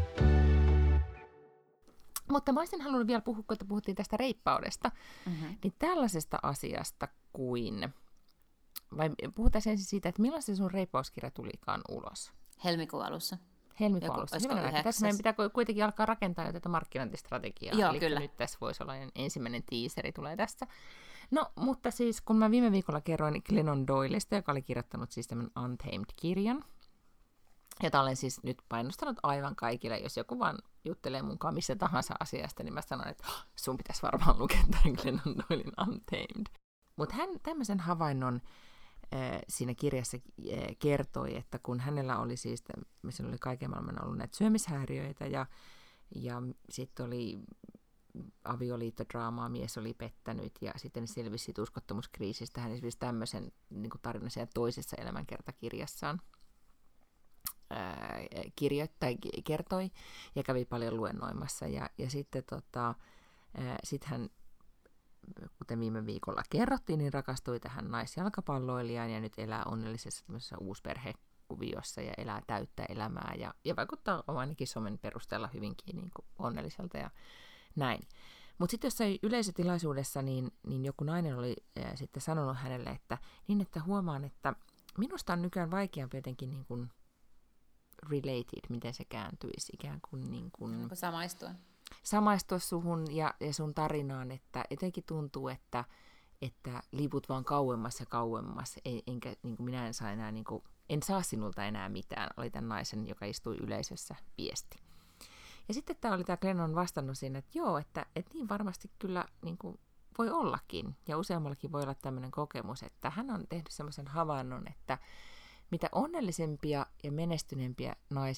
Mutta mä olisin halunnut vielä puhua, kun puhuttiin tästä reippaudesta, mm-hmm. niin tällaisesta asiasta kuin... Vai puhutaan ensin siitä, että milloin se sun reippauskirja tulikaan ulos? Helmikuun alussa. Helmikuun alussa. Tässä meidän pitää kuitenkin alkaa rakentaa jo tätä markkinointistrategiaa. Joo, eli kyllä. Nyt tässä voisi olla ensimmäinen teaseri tulee tästä. No, mutta siis kun mä viime viikolla kerroin Glennon Doylesta, joka oli kirjoittanut siis tämän Untamed-kirjan, jota olen siis nyt painostanut aivan kaikille. Jos joku vaan juttelee munkaan missä tahansa asiasta, niin mä sanon, että sun pitäisi varmaan lukea tämän Glennon Doylin Untamed. Mutta hän tämmöisen havainnon siinä kirjassa kertoi, että kun hänellä oli siis, missä oli kaiken maailman ollut näitä syömishäiriöitä ja, ja sitten oli avioliittodraamaa, mies oli pettänyt ja sitten selvisi siitä uskottomuuskriisistä. Hän esimerkiksi tämmöisen niin kuin tarinan toisessa elämänkertakirjassaan ää, kirjoittai, kertoi ja kävi paljon luennoimassa. Ja, ja sitten tota, sit hän, kuten viime viikolla kerrottiin, niin rakastui tähän naisjalkapalloilijaan ja nyt elää onnellisessa tämmöisessä uusperhekuviossa ja elää täyttä elämää ja, ja vaikuttaa ainakin somen perusteella hyvinkin niin kuin onnelliselta ja näin. Mutta sitten jossain yleisötilaisuudessa niin, niin joku nainen oli ää, sitten sanonut hänelle, että niin, että huomaan, että minusta on nykyään vaikeampi jotenkin niin kuin related, miten se kääntyisi ikään kuin... Niin kuin samaistua. Samaistua suhun ja, ja sun tarinaan, että jotenkin tuntuu, että, että liput vaan kauemmas ja kauemmas, en, enkä niin kuin minä en saa enää, niin kuin, en saa sinulta enää mitään, oli tämän naisen, joka istui yleisössä, viesti. Ja sitten tämä oli tämä Glennon vastannut siinä, että joo, että, että niin varmasti kyllä niin kuin voi ollakin, ja useammallakin voi olla tämmöinen kokemus, että hän on tehnyt semmoisen havainnon, että mitä onnellisempia ja menestyneempiä naiset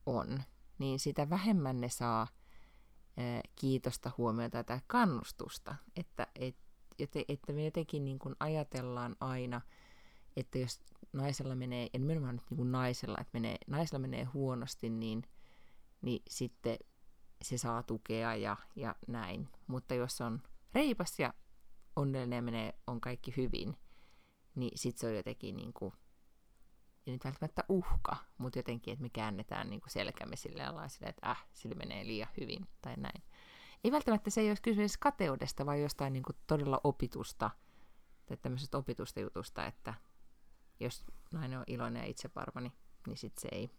on, niin sitä vähemmän ne saa ää, kiitosta, huomiota tai kannustusta. Että, et, että me jotenkin niin kuin ajatellaan aina, että jos naisella menee, ja nimenomaan nyt niin kuin naisella, että menee, naisella menee huonosti, niin, niin sitten se saa tukea ja, ja näin. Mutta jos on reipas ja onnellinen ja menee, on kaikki hyvin, niin sitten se on jotenkin, niin kuin, ei nyt välttämättä uhka, mutta jotenkin, että me käännetään niin kuin selkämme silleen lailla, että äh, sillä menee liian hyvin tai näin. Ei välttämättä se ei olisi kysymys kateudesta, vaan jostain niin kuin todella opitusta, tai tämmöisestä opitusta jutusta, että jos nainen on iloinen ja itsevarma, niin, niin sitten se ei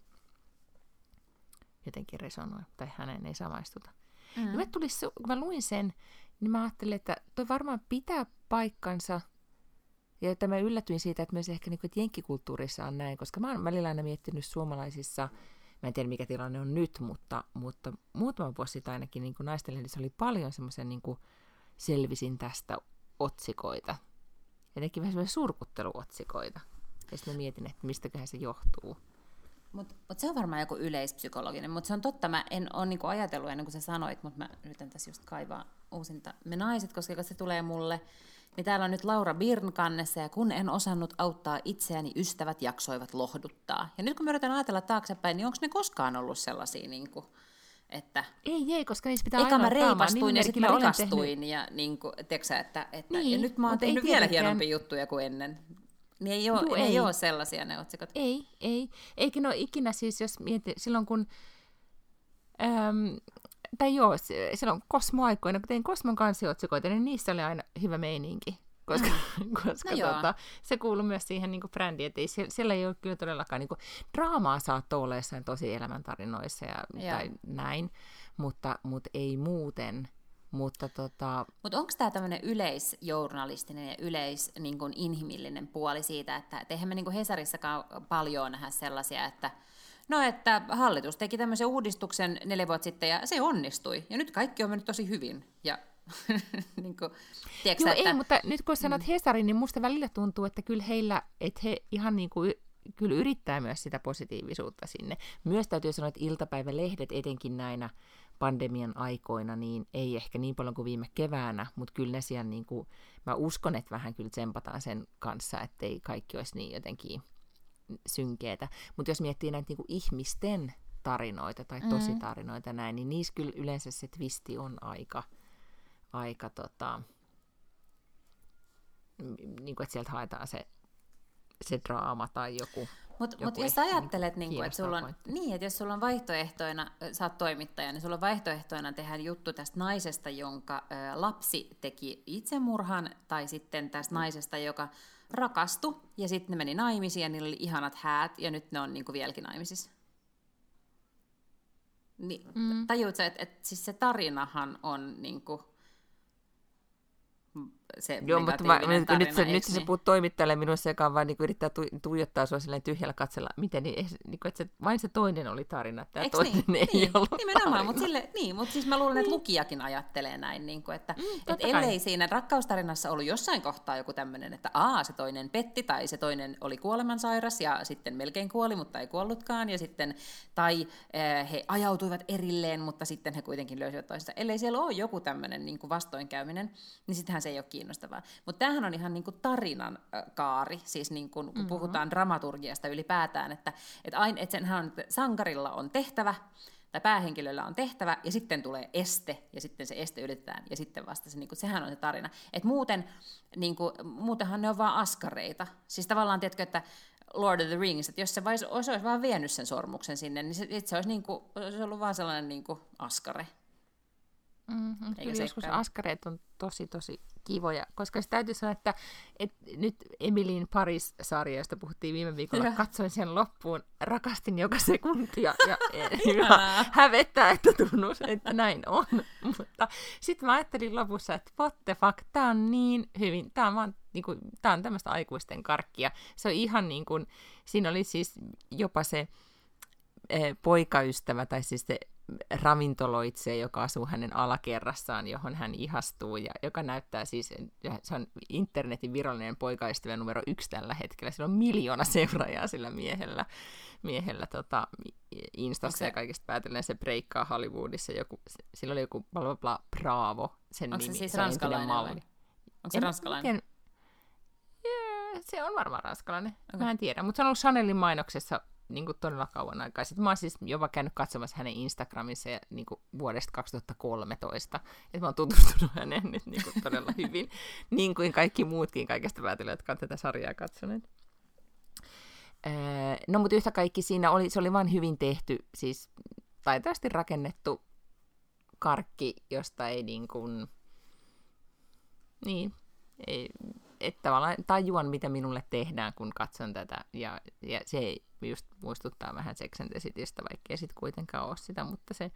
jotenkin resonoi, tai hänen ei samaistuta. Mm. Ja mä tulisi, kun mä luin sen, niin mä ajattelin, että toi varmaan pitää paikkansa, ja että mä yllätyin siitä, että myös ehkä niin kuin, että jenkkikulttuurissa on näin, koska mä oon välillä aina miettinyt suomalaisissa, mä en tiedä mikä tilanne on nyt, mutta, mutta muutama vuosi sitten ainakin niin kuin naistenlehdissä oli paljon semmoisen niin kuin selvisin tästä otsikoita. Jotenkin vähän semmoisia surkutteluotsikoita. Ja sitten mä mietin, että mistäköhän se johtuu. Mutta mut se on varmaan joku yleispsykologinen, mutta se on totta, mä en ole niinku ajatellut ennen kuin sä sanoit, mutta mä yritän tässä just kaivaa uusinta Me naiset, koska se tulee mulle. Niin täällä on nyt Laura Birn kannessa, ja kun en osannut auttaa itseäni, ystävät jaksoivat lohduttaa. Ja nyt kun mä yritän ajatella taaksepäin, niin onko ne koskaan ollut sellaisia, niin kuin, että... Ei, ei, koska niissä pitää eikä aina mä reipastuin niin ja sitten mä rikastuin, tehnyt... ja niin kuin, teksä, että, että niin, ja nyt mä oon tehnyt vielä hienompia juttuja kuin ennen. Niin ei ole, Juu, ei. ei ole sellaisia ne otsikot. Ei, ei. Eikä ne ole ikinä siis, jos mietit, silloin kun... Äm, tai joo, silloin Kosmo-aikoina, kun tein Kosmon kansiotsikoita, niin niissä oli aina hyvä meininki. Koska, mm. koska no tota, se kuuluu myös siihen niin kuin brändiin, että ei, siellä ei ole kyllä todellakaan niin kuin, draamaa saattoi olla jossain tosi elämäntarinoissa ja, tai näin, mutta, mutta ei muuten. Mutta tota... Mut onko tämä tämmöinen yleisjournalistinen ja yleis niin kuin inhimillinen puoli siitä, että et eihän me niin kuin Hesarissakaan paljon nähdä sellaisia, että no, että hallitus teki tämmöisen uudistuksen neljä vuotta sitten ja se onnistui ja nyt kaikki on mennyt tosi hyvin ja niin kuin, tiedätkö, Joo, että... ei, mutta nyt kun sanot mm. Hesarin, niin musta välillä tuntuu, että kyllä heillä, että he ihan niin kuin, kyllä yrittää myös sitä positiivisuutta sinne. Myös täytyy sanoa, että iltapäivälehdet etenkin näinä pandemian aikoina, niin ei ehkä niin paljon kuin viime keväänä, mutta kyllä ne siellä, niin kuin, mä uskon, että vähän kyllä tsempataan sen kanssa, ettei kaikki olisi niin jotenkin synkeetä. Mutta jos miettii näitä niin kuin ihmisten tarinoita tai tositarinoita mm. näin, niin niissä kyllä yleensä se twisti on aika... aika tota, niin kuin, että sieltä haetaan se, se draama tai joku. Mutta mut jos ajattelet, niin kuin, että, sulla on, niin, että jos sulla on vaihtoehtoina, sä oot toimittaja, niin sulla on vaihtoehtoina tehdä juttu tästä naisesta, jonka ä, lapsi teki itsemurhan, tai sitten tästä naisesta, joka rakastui, ja sitten ne meni naimisiin, ja niillä oli ihanat häät, ja nyt ne on niin kuin vieläkin naimisissa. Niin, mm. Tajuutko, että et, siis se tarinahan on... Niin kuin, se Joo, mutta mä, tarina, nyt, se, nyt niin? se puhut toimittajalle minussa, joka vaan niin yrittää tu, tuijottaa sinua silleen tyhjällä katsella, miten, niin, niin kuin, että se, vain se toinen oli tarina, tämä toinen niin? ei niin, ollut nimenomaan, tarina. mutta sille, niin, mutta siis mä luulen, että lukijakin ajattelee näin, niin kuin, että mm, et ellei siinä rakkaustarinassa ollut jossain kohtaa joku tämmöinen, että aa, se toinen petti, tai se toinen oli kuolemansairas, ja sitten melkein kuoli, mutta ei kuollutkaan, ja sitten, tai äh, he ajautuivat erilleen, mutta sitten he kuitenkin löysivät toisensa. Ellei siellä ole joku tämmöinen niin kuin vastoinkäyminen, niin sittenhän se ei ole kiinnostavaa. Mutta tämähän on ihan niin kuin tarinan äh, kaari, siis niin kuin, kun mm-hmm. puhutaan dramaturgiasta ylipäätään, että et aina, et senhän on, sankarilla on tehtävä, tai päähenkilöllä on tehtävä, ja sitten tulee este, ja sitten se este ylitetään, ja sitten vasta se, niin kuin, sehän on se tarina. Et muuten, niin kuin, muutenhan ne on vaan askareita. Siis tavallaan, tiedätkö, että Lord of the Rings, että jos se olisi, olisi vaan vienyt sen sormuksen sinne, niin se, se olisi, niin kuin, olisi ollut vaan sellainen niin kuin askare. Mm-hmm. Kyllä joskus askareet on tosi, tosi kivoja, koska se täytyy sanoa, että, että nyt Emilyn Paris-sarja, josta puhuttiin viime viikolla, katsoin sen loppuun, rakastin joka sekuntia ja, ja hävettää, että tunnus, että näin on. Mutta sitten mä ajattelin lopussa, että what the fuck, tää on niin hyvin, tää on, vaan, niin kuin, tää on tämmöistä aikuisten karkkia. Se on ihan niin kuin, siinä oli siis jopa se eh, poikaystävä, tai siis se ravintoloitsija, joka asuu hänen alakerrassaan, johon hän ihastuu, ja joka näyttää siis, se on internetin virallinen poikaystävä numero yksi tällä hetkellä. Sillä on miljoona seuraajaa sillä miehellä, miehellä tota, Instassa se... ja kaikista päätellen se breikkaa Hollywoodissa. Joku, sillä oli joku bla bla bla Bravo, sen onko nimi. Se siis se ranskalainen malli. Onko se en, ranskalainen? Miten, yeah, se on varmaan ranskalainen, okay. Mä en tiedä, mutta se on ollut Chanelin mainoksessa niin kuin todella kauan aikaa. Sitten mä oon siis jopa käynyt katsomassa hänen Instagramissa ja, niin kuin vuodesta kaksituhattakolmetoista. Että mä oon tutustunut häneen nyt niin kuin todella hyvin, niin kuin kaikki muutkin kaikesta päätellä, jotka on tätä sarjaa katsoneet. Öö, no mutta yhtä kaikki siinä oli, se oli vain hyvin tehty, siis taitavasti rakennettu karkki, josta ei niin kuin, niin, ei, että tavallaan tajuan, mitä minulle tehdään, kun katson tätä, ja, ja se just muistuttaa vähän Sex and the Citystä, vaikka ei sitten kuitenkaan ole sitä, mutta se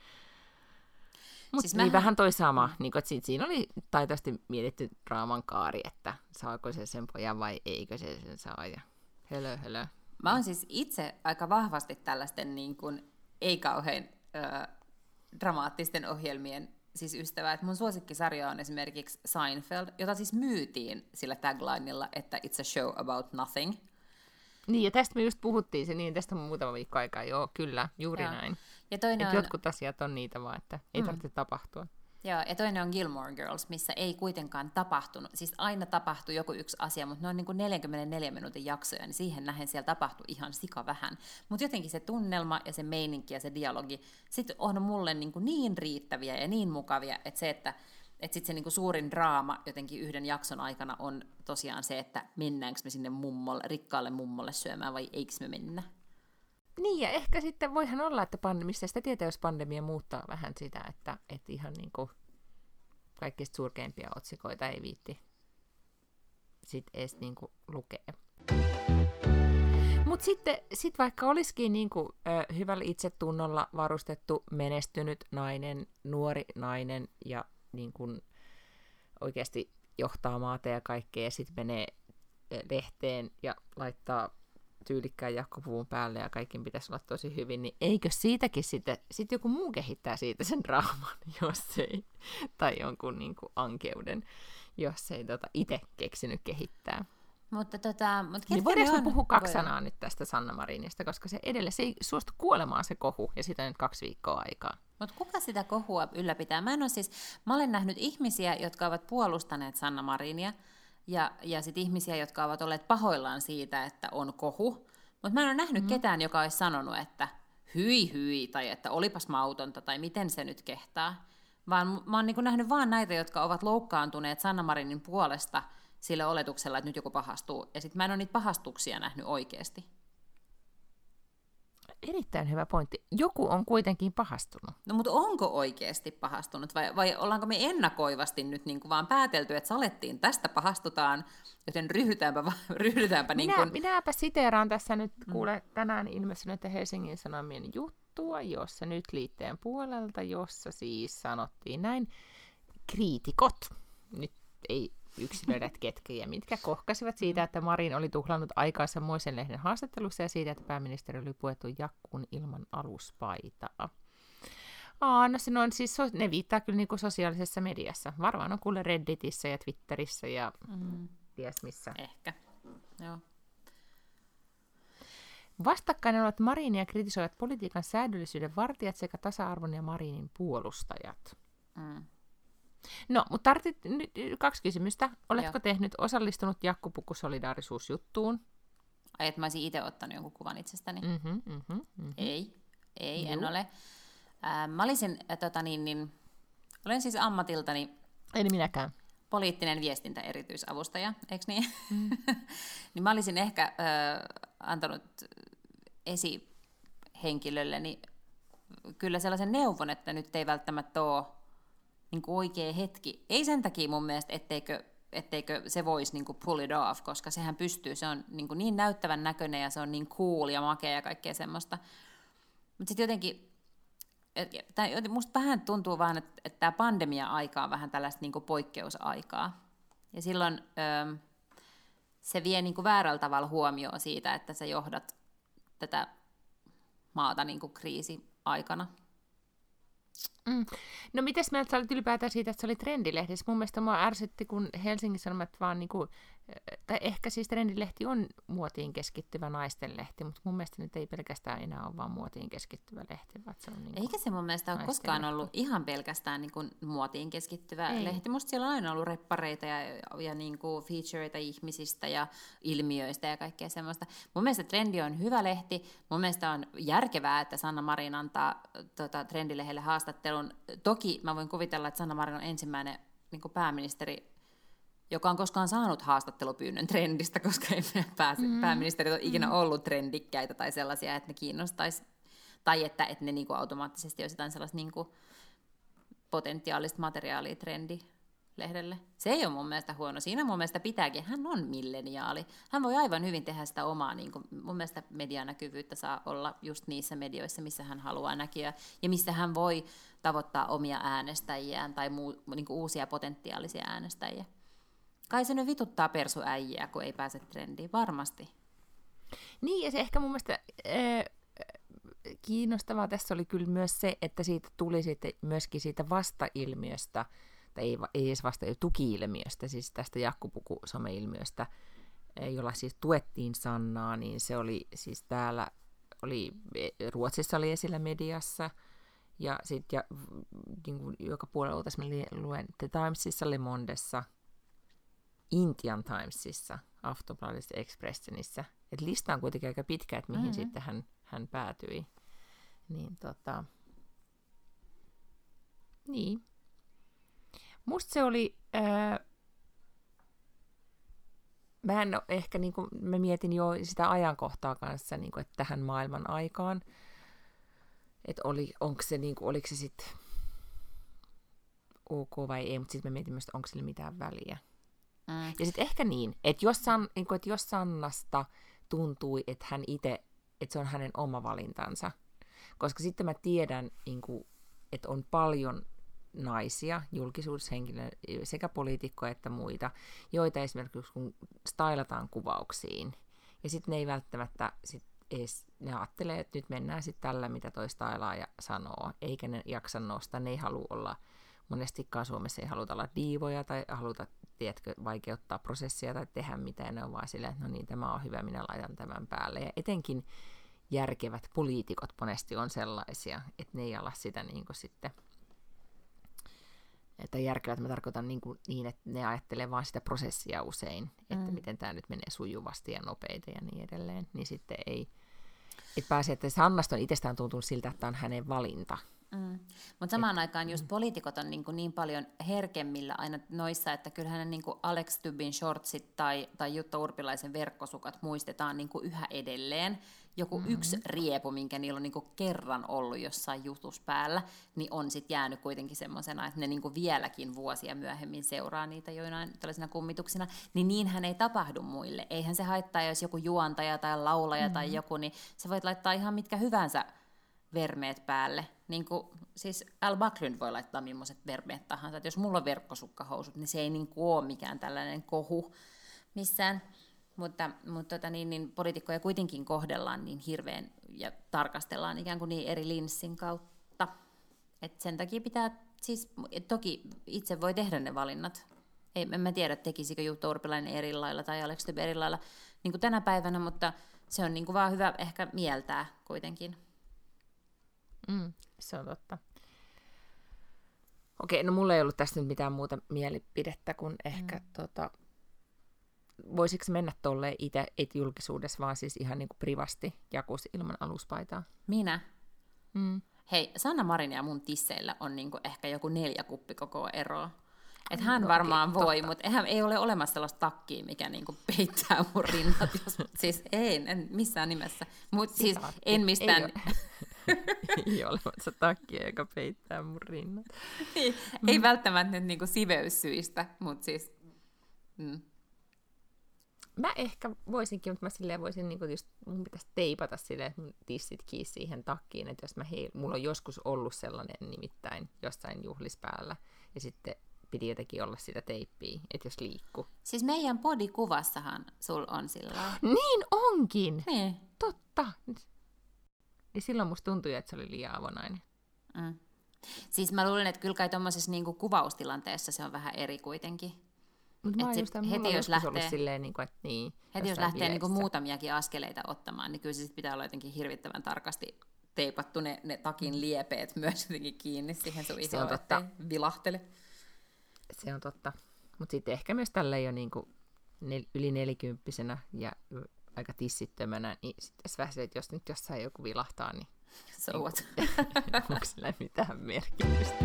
Mutta siis niin mähän... vähän toi sama, mm. niin, että siinä oli taitavasti mietitty draaman kaari, että saako se sen pojan vai eikö se sen saa, ja hölö, hölö. Mä oon siis itse aika vahvasti tällaisten niin kuin, ei kauhean ö, dramaattisten ohjelmien siis ystävä, että mun suosikkisarja on esimerkiksi Seinfeld, jota siis myytiin sillä taglinella, että it's a show about nothing. Niin, ja tästä me just puhuttiin se niin, tästä on muutama viikko aikaa, joo, kyllä, juuri joo. näin. Ja toinen on... on... jotkut asiat on niitä vaan, että ei mm. tarvitse tapahtua. Joo, ja toinen on Gilmore Girls, missä ei kuitenkaan tapahtunut, siis aina tapahtui joku yksi asia, mutta ne on niin kuin neljänkymmenenneljän minuutin jaksoja, niin siihen nähen siellä tapahtui ihan sika vähän. Mutta jotenkin se tunnelma ja se meininki ja se dialogi sit on mulle niin, kuin niin riittäviä ja niin mukavia, että se, että et sit se niin kuin suurin draama jotenkin yhden jakson aikana on tosiaan se, että mennäänkö me sinne mummolle, rikkaalle mummolle syömään vai eikö me mennä. Niin, ja ehkä sitten voihan olla, että pandemista sitä tietää, jos pandemia muuttaa vähän sitä, että, että ihan niin kuin kaikista surkeimpia otsikoita ei viitti sitten edes niin kuin lukea. Mutta sitten sit vaikka olisikin niin kuin, ö, hyvällä itsetunnolla varustettu, menestynyt nainen, nuori nainen ja niin kuin oikeasti johtaa maata ja kaikkea, ja sitten menee lehteen ja laittaa tyylikkään jakkopuvun päälle ja kaikki pitäisi olla tosi hyvin, niin eikö siitäkin sitten sit joku muu kehittää siitä sen draaman, jos ei, tai jonkun niin kuin ankeuden, jos ei tota itse keksinyt kehittää. Mutta tota, mutta niin voidaanko me puhua kaksi sanaa Voi... nyt tästä Sanna Marinista, koska se edelleen se ei suostu kuolemaan se kohu, ja siitä on nyt kaksi viikkoa aikaa. Mutta kuka sitä kohua ylläpitää? Mä en ole siis, mä olen nähnyt ihmisiä, jotka ovat puolustaneet Sanna Marinia, ja, ja sitten ihmisiä, jotka ovat olleet pahoillaan siitä, että on kohu. Mutta mä en ole nähnyt mm-hmm. ketään, joka olisi sanonut, että hyi hyi, tai että olipas mautonta, tai miten se nyt kehtaa. Vaan mä oon niin kuin nähnyt vaan näitä, jotka ovat loukkaantuneet Sanna Marinin puolesta sillä oletuksella, että nyt joku pahastuu. Ja sitten mä en ole niitä pahastuksia nähnyt oikeasti. Erittäin hyvä pointti. Joku on kuitenkin pahastunut. No mutta onko oikeasti pahastunut vai, vai ollaanko me ennakoivasti nyt niin kuin vaan päätelty, että salettiin, tästä pahastutaan, joten ryhdytäänpä, ryhdytäänpä Minä, niin kuin... Minäpä siteeraan tässä nyt, kuule, tänään ilmestynyt Helsingin Sanomien juttua, jossa nyt liitteen puolelta, jossa siis sanottiin näin, kriitikot, nyt ei yksilöidät ketkä ja mitkä kohkasivat siitä, että Marin oli tuhlannut aikaansa Moisen lehden haastattelussa ja siitä, että pääministeri oli puettu jakkuun ilman aluspaitaa. Aa, no se on siis, ne viittaa kyllä niinku sosiaalisessa mediassa. Varmaan on kuule Redditissä ja Twitterissä ja mm. ties missä. Ehkä, joo. Vastakkain ovat Marinia kritisoivat politiikan säädöllisyyden vartijat sekä tasa-arvon ja Marinin puolustajat. Mm. No, mutta tarvitset nyt kaksi kysymystä. Oletko Joo. tehnyt, osallistunut jakkupukusolidaarisuusjuttuun? Ai, että mä olisin itse ottanut jonkun kuvan itsestäni? Mm-hmm, mm-hmm, mm-hmm. Ei, ei, Juh. en ole. Äh, mä olisin, äh, tota, niin, niin, olen siis ammatiltani... Ei minäkään. Poliittinen viestintä erityisavustaja, eikö niin? Mm. Niin mä olisin ehkä äh, antanut esihenkilölleni kyllä sellaisen neuvon, että nyt ei välttämättä ole niin kuin oikea hetki. Ei sen takia mun mielestä, etteikö, etteikö se voisi niin kuin pull it off, koska sehän pystyy, se on niin, kuin niin näyttävän näköinen ja se on niin cool ja makea ja kaikkea semmoista. Mutta sitten jotenkin, et, musta vähän tuntuu vaan, että, että tämä pandemia-aika on vähän tällaista niin kuin poikkeusaikaa. Ja silloin öö, se vie niin kuin väärällä tavalla huomioon siitä, että sä johdat tätä maata niin kuin kriisi-aikana. Mm. No mites mieltä sä olit ylipäätään siitä, että se oli trendilehdissä? Mun mielestä mua ärsytti, kun Helsingin Sanomat vaan niinku, tai ehkä siis trendilehti on muotiin keskittyvä naistenlehti, mutta mun mielestä nyt ei pelkästään enää ole vaan muotiin keskittyvä lehti, vaan se on niinku eikä se mun mielestä ole koskaan ollut ihan pelkästään niinku muotiin keskittyvä ei. lehti. Musta siellä on aina ollut reppareita ja, ja niinku featureita ihmisistä ja ilmiöistä ja kaikkea semmoista. Mun mielestä Trendi on hyvä lehti. Mun mielestä on järkevää, että Sanna Marin antaa tota, Trendilehdelle haastattelun. Toki mä voin kuvitella, että Sanna Marin on ensimmäinen niinku pääministeri, joka on koskaan saanut haastattelupyynnön Trendistä, koska ei pääse, mm. pääministerit ole ikinä ollut trendikkäitä tai sellaisia, että ne kiinnostaisi, tai että, että ne niinku automaattisesti olisi jotain sellaista niinku potentiaalista materiaalia Trendi-lehdelle. Se ei ole mun mielestä huono. Siinä mun mielestä pitääkin. Hän on milleniaali. Hän voi aivan hyvin tehdä sitä omaa, niinku, mun mielestä medianäkyvyyttä saa olla just niissä medioissa, missä hän haluaa näkyä, ja missä hän voi tavoittaa omia äänestäjiään tai muu, niinku uusia potentiaalisia äänestäjiä. Kai se nyt vituttaa persuäijiä, kun ei pääse trendiin, varmasti. Niin, ja se ehkä mun mielestä äh, kiinnostavaa tässä oli kyllä myös se, että siitä tuli sitten myöskin siitä vastailmiöstä, tai ei, ei edes vasta tuki-ilmiöstä, siis tästä jakkupuku-someilmiöstä, jolla siis tuettiin Sannaa, niin se oli siis täällä, oli, Ruotsissa oli esillä mediassa, ja sitten ja, niin joka puolella tässä luen The Timesissa, Le Mondessa, Intian Timesissa, Aftonbladetissa, Expressenissa. Et lista on kuitenkin aika pitkä, että mihin mm-hmm. sitten hän, hän päätyi. Niin, tota... niin. Musta se oli... Ää... Mä en ehkä, niin kuin, mä mietin jo sitä ajankohtaa kanssa, niin kuin, että tähän maailman aikaan, että oli, onko se, niin kuin, oliko se sitten ok vai ei, mutta sitten mä mietin myös, että onko sillä mitään väliä. Mm. Ja sitten ehkä niin, että jos, San, niin kun, että jos Sannasta tuntui, että hän itse, että se on hänen oma valintansa, koska sitten mä tiedän, niin kun, että on paljon naisia, julkisuushenkilöitä, sekä poliitikkoja että muita, joita esimerkiksi kun stylataan kuvauksiin, ja sitten ne ei välttämättä sit edes, ne ajattelee, että nyt mennään sitten tällä, mitä toi stylaaja sanoo, eikä ne jaksa nostaa, ne ei halua olla, monestikaan Suomessa ei haluta olla diivoja tai haluta, tiedätkö, vaikeuttaa prosessia tai tehdä mitään, ne on vaan silleen, että no niin, tämä on hyvä, minä laitan tämän päälle. Ja etenkin järkevät poliitikot monesti on sellaisia, että ne ei ala sitä niin kuin sitten, että järkevät mä tarkoitan niin, kuin niin, että ne ajattelee vaan sitä prosessia usein, että mm. miten tämä nyt menee sujuvasti ja nopeita ja niin edelleen, niin sitten ei, että pääsee, että Sannasta on itsestään tuntunut siltä, että tämä on hänen valinta. Mm. Mutta samaan Et, aikaan just mm. poliitikot on niin, niin paljon herkemmillä aina noissa, että kyllähän niin Alex Stubbin shortsit tai, tai Jutta Urpilaisen verkkosukat muistetaan niin yhä edelleen. Joku mm-hmm. yksi riepu, minkä niillä on niin kerran ollut jossain jutus päällä, niin on sitten jäänyt kuitenkin semmoisena, että ne niin vieläkin vuosia myöhemmin seuraa niitä joinain tällaisina kummituksina, niin niinhän ei tapahdu muille. Eihän se haittaa, jos joku juontaja tai laulaja mm-hmm. tai joku, niin sä voit laittaa ihan mitkä hyvänsä vermeet päälle. Niin kuin, siis Al Backlund voi laittaa millaiset vermeet tahansa. Että jos mulla on verkkosukkahousut, niin se ei niin kuin ole mikään tällainen kohu missään. Mutta, mutta tota, niin, niin, poliitikkoja kuitenkin kohdellaan niin hirveän ja tarkastellaan ikään kuin niin eri linssin kautta. Et sen takia pitää, siis toki itse voi tehdä ne valinnat. Ei, en mä tiedä, tekisikö Jutta Urpilainen eri lailla tai Alex Stubb eri lailla niin kuin tänä päivänä, mutta se on niin kuin vaan hyvä ehkä mieltää kuitenkin. Mm, se on totta. Okei, no mulla ei ollut tästä nyt mitään muuta mielipidettä kuin ehkä, mm. tota, voisiko mennä tolleen itse, et julkisuudessa, vaan siis ihan niin kuin privasti jakus ilman aluspaitaa? Minä? Mm. Hei, Sanna Marin ja mun tisseillä on niin kuin ehkä joku neljä kuppikokoa eroa. Että hän no, varmaan okei, voi, totta. mutta eihän, ei ole olemassa sellaista takkia, mikä niinku peittää mun rinnat. Jos, siis ei, en missään nimessä. Mut siis en mistään... Ei ole, ei ole olemassa takkia, joka peittää mun rinnat. Ei, mm. ei välttämättä nyt niinku siveyssyistä, mutta siis... Mm. Mä ehkä voisinkin, mutta mä silleen voisin, niinku just, mun pitäisi teipata silleen, että mun tissit kiinni siihen takkiin, että jos mä hei, mulla on joskus ollut sellainen nimittäin jossain juhlispäällä, ja sitten piti jotenkin olla sitä teippiä, että jos liikkuu. Siis meidän podikuvassahan sul on sillä. Niin onkin! Niin. Totta! Ja silloin musta tuntui, että se oli liian avonainen. Mm. Siis mä luulen, että kyllä kai tuommoisessa niinku kuvaustilanteessa se on vähän eri kuitenkin. Mutta mä just, heti jos lähtee, silleen, niin kuin, että niin, heti jos lähtee niinku muutamiakin askeleita ottamaan, niin kyllä se sit pitää olla jotenkin hirvittävän tarkasti teipattu ne, ne takin liepeet myös jotenkin kiinni siihen sun ihoon, ettei vilahtele. Se on totta. Mutta sitten ehkä myös tälleen jo niinku nel, yli nelikymppisenä ja aika tissittömänä, niin sitten vähän se, että jos nyt jossain joku vilahtaa, niin so what? Onko sillä mitään merkitystä?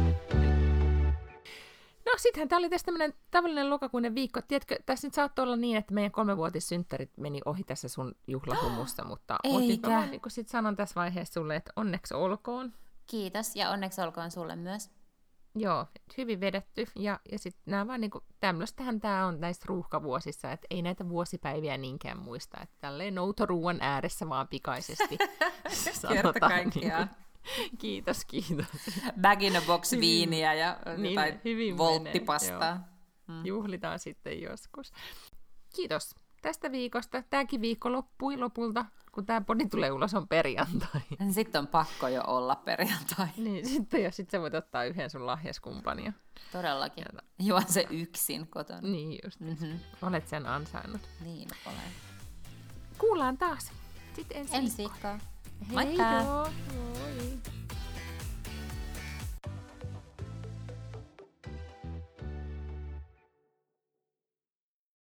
No sittenhän tämä oli tässä tämmöinen tavallinen lokakuinen viikko. Tiedätkö, tässä nyt saattoi olla niin, että meidän kolmevuotissynttärit meni ohi tässä sun juhlahumussa, mutta, mutta nyt mä niin sit sanon tässä vaiheessa sulle, että onneksi olkoon. Kiitos ja onneksi olkoon sulle myös. Joo, hyvin vedetty. Ja, ja sitten nämä vaan niinku, tämmöistähän tämä on näissä ruuhkavuosissa, että ei näitä vuosipäiviä niinkään muista. Että tälleen noutoruuan ääressä vaan pikaisesti sanotaan. Kaikkiaan. Niin, kiitos, kiitos. Bag in a box viiniä ja niin, jotain volttipastaa. Mm. Juhlitaan sitten joskus. Kiitos tästä viikosta. Tämäkin viikko loppui lopulta, kun tämä podi tulee ulos, on perjantai. Sitten on pakko jo olla perjantai. Niin, sitten ja sitten sä voit ottaa yhden sun lahjaskumppania. Todellakin. Juon se yksin kotona. Niin just. Mm-hmm. Olet sen ansainnut. Niin olen. Kuullaan taas. Sitten ensi, ensi viikkoa. Moikka! Moi!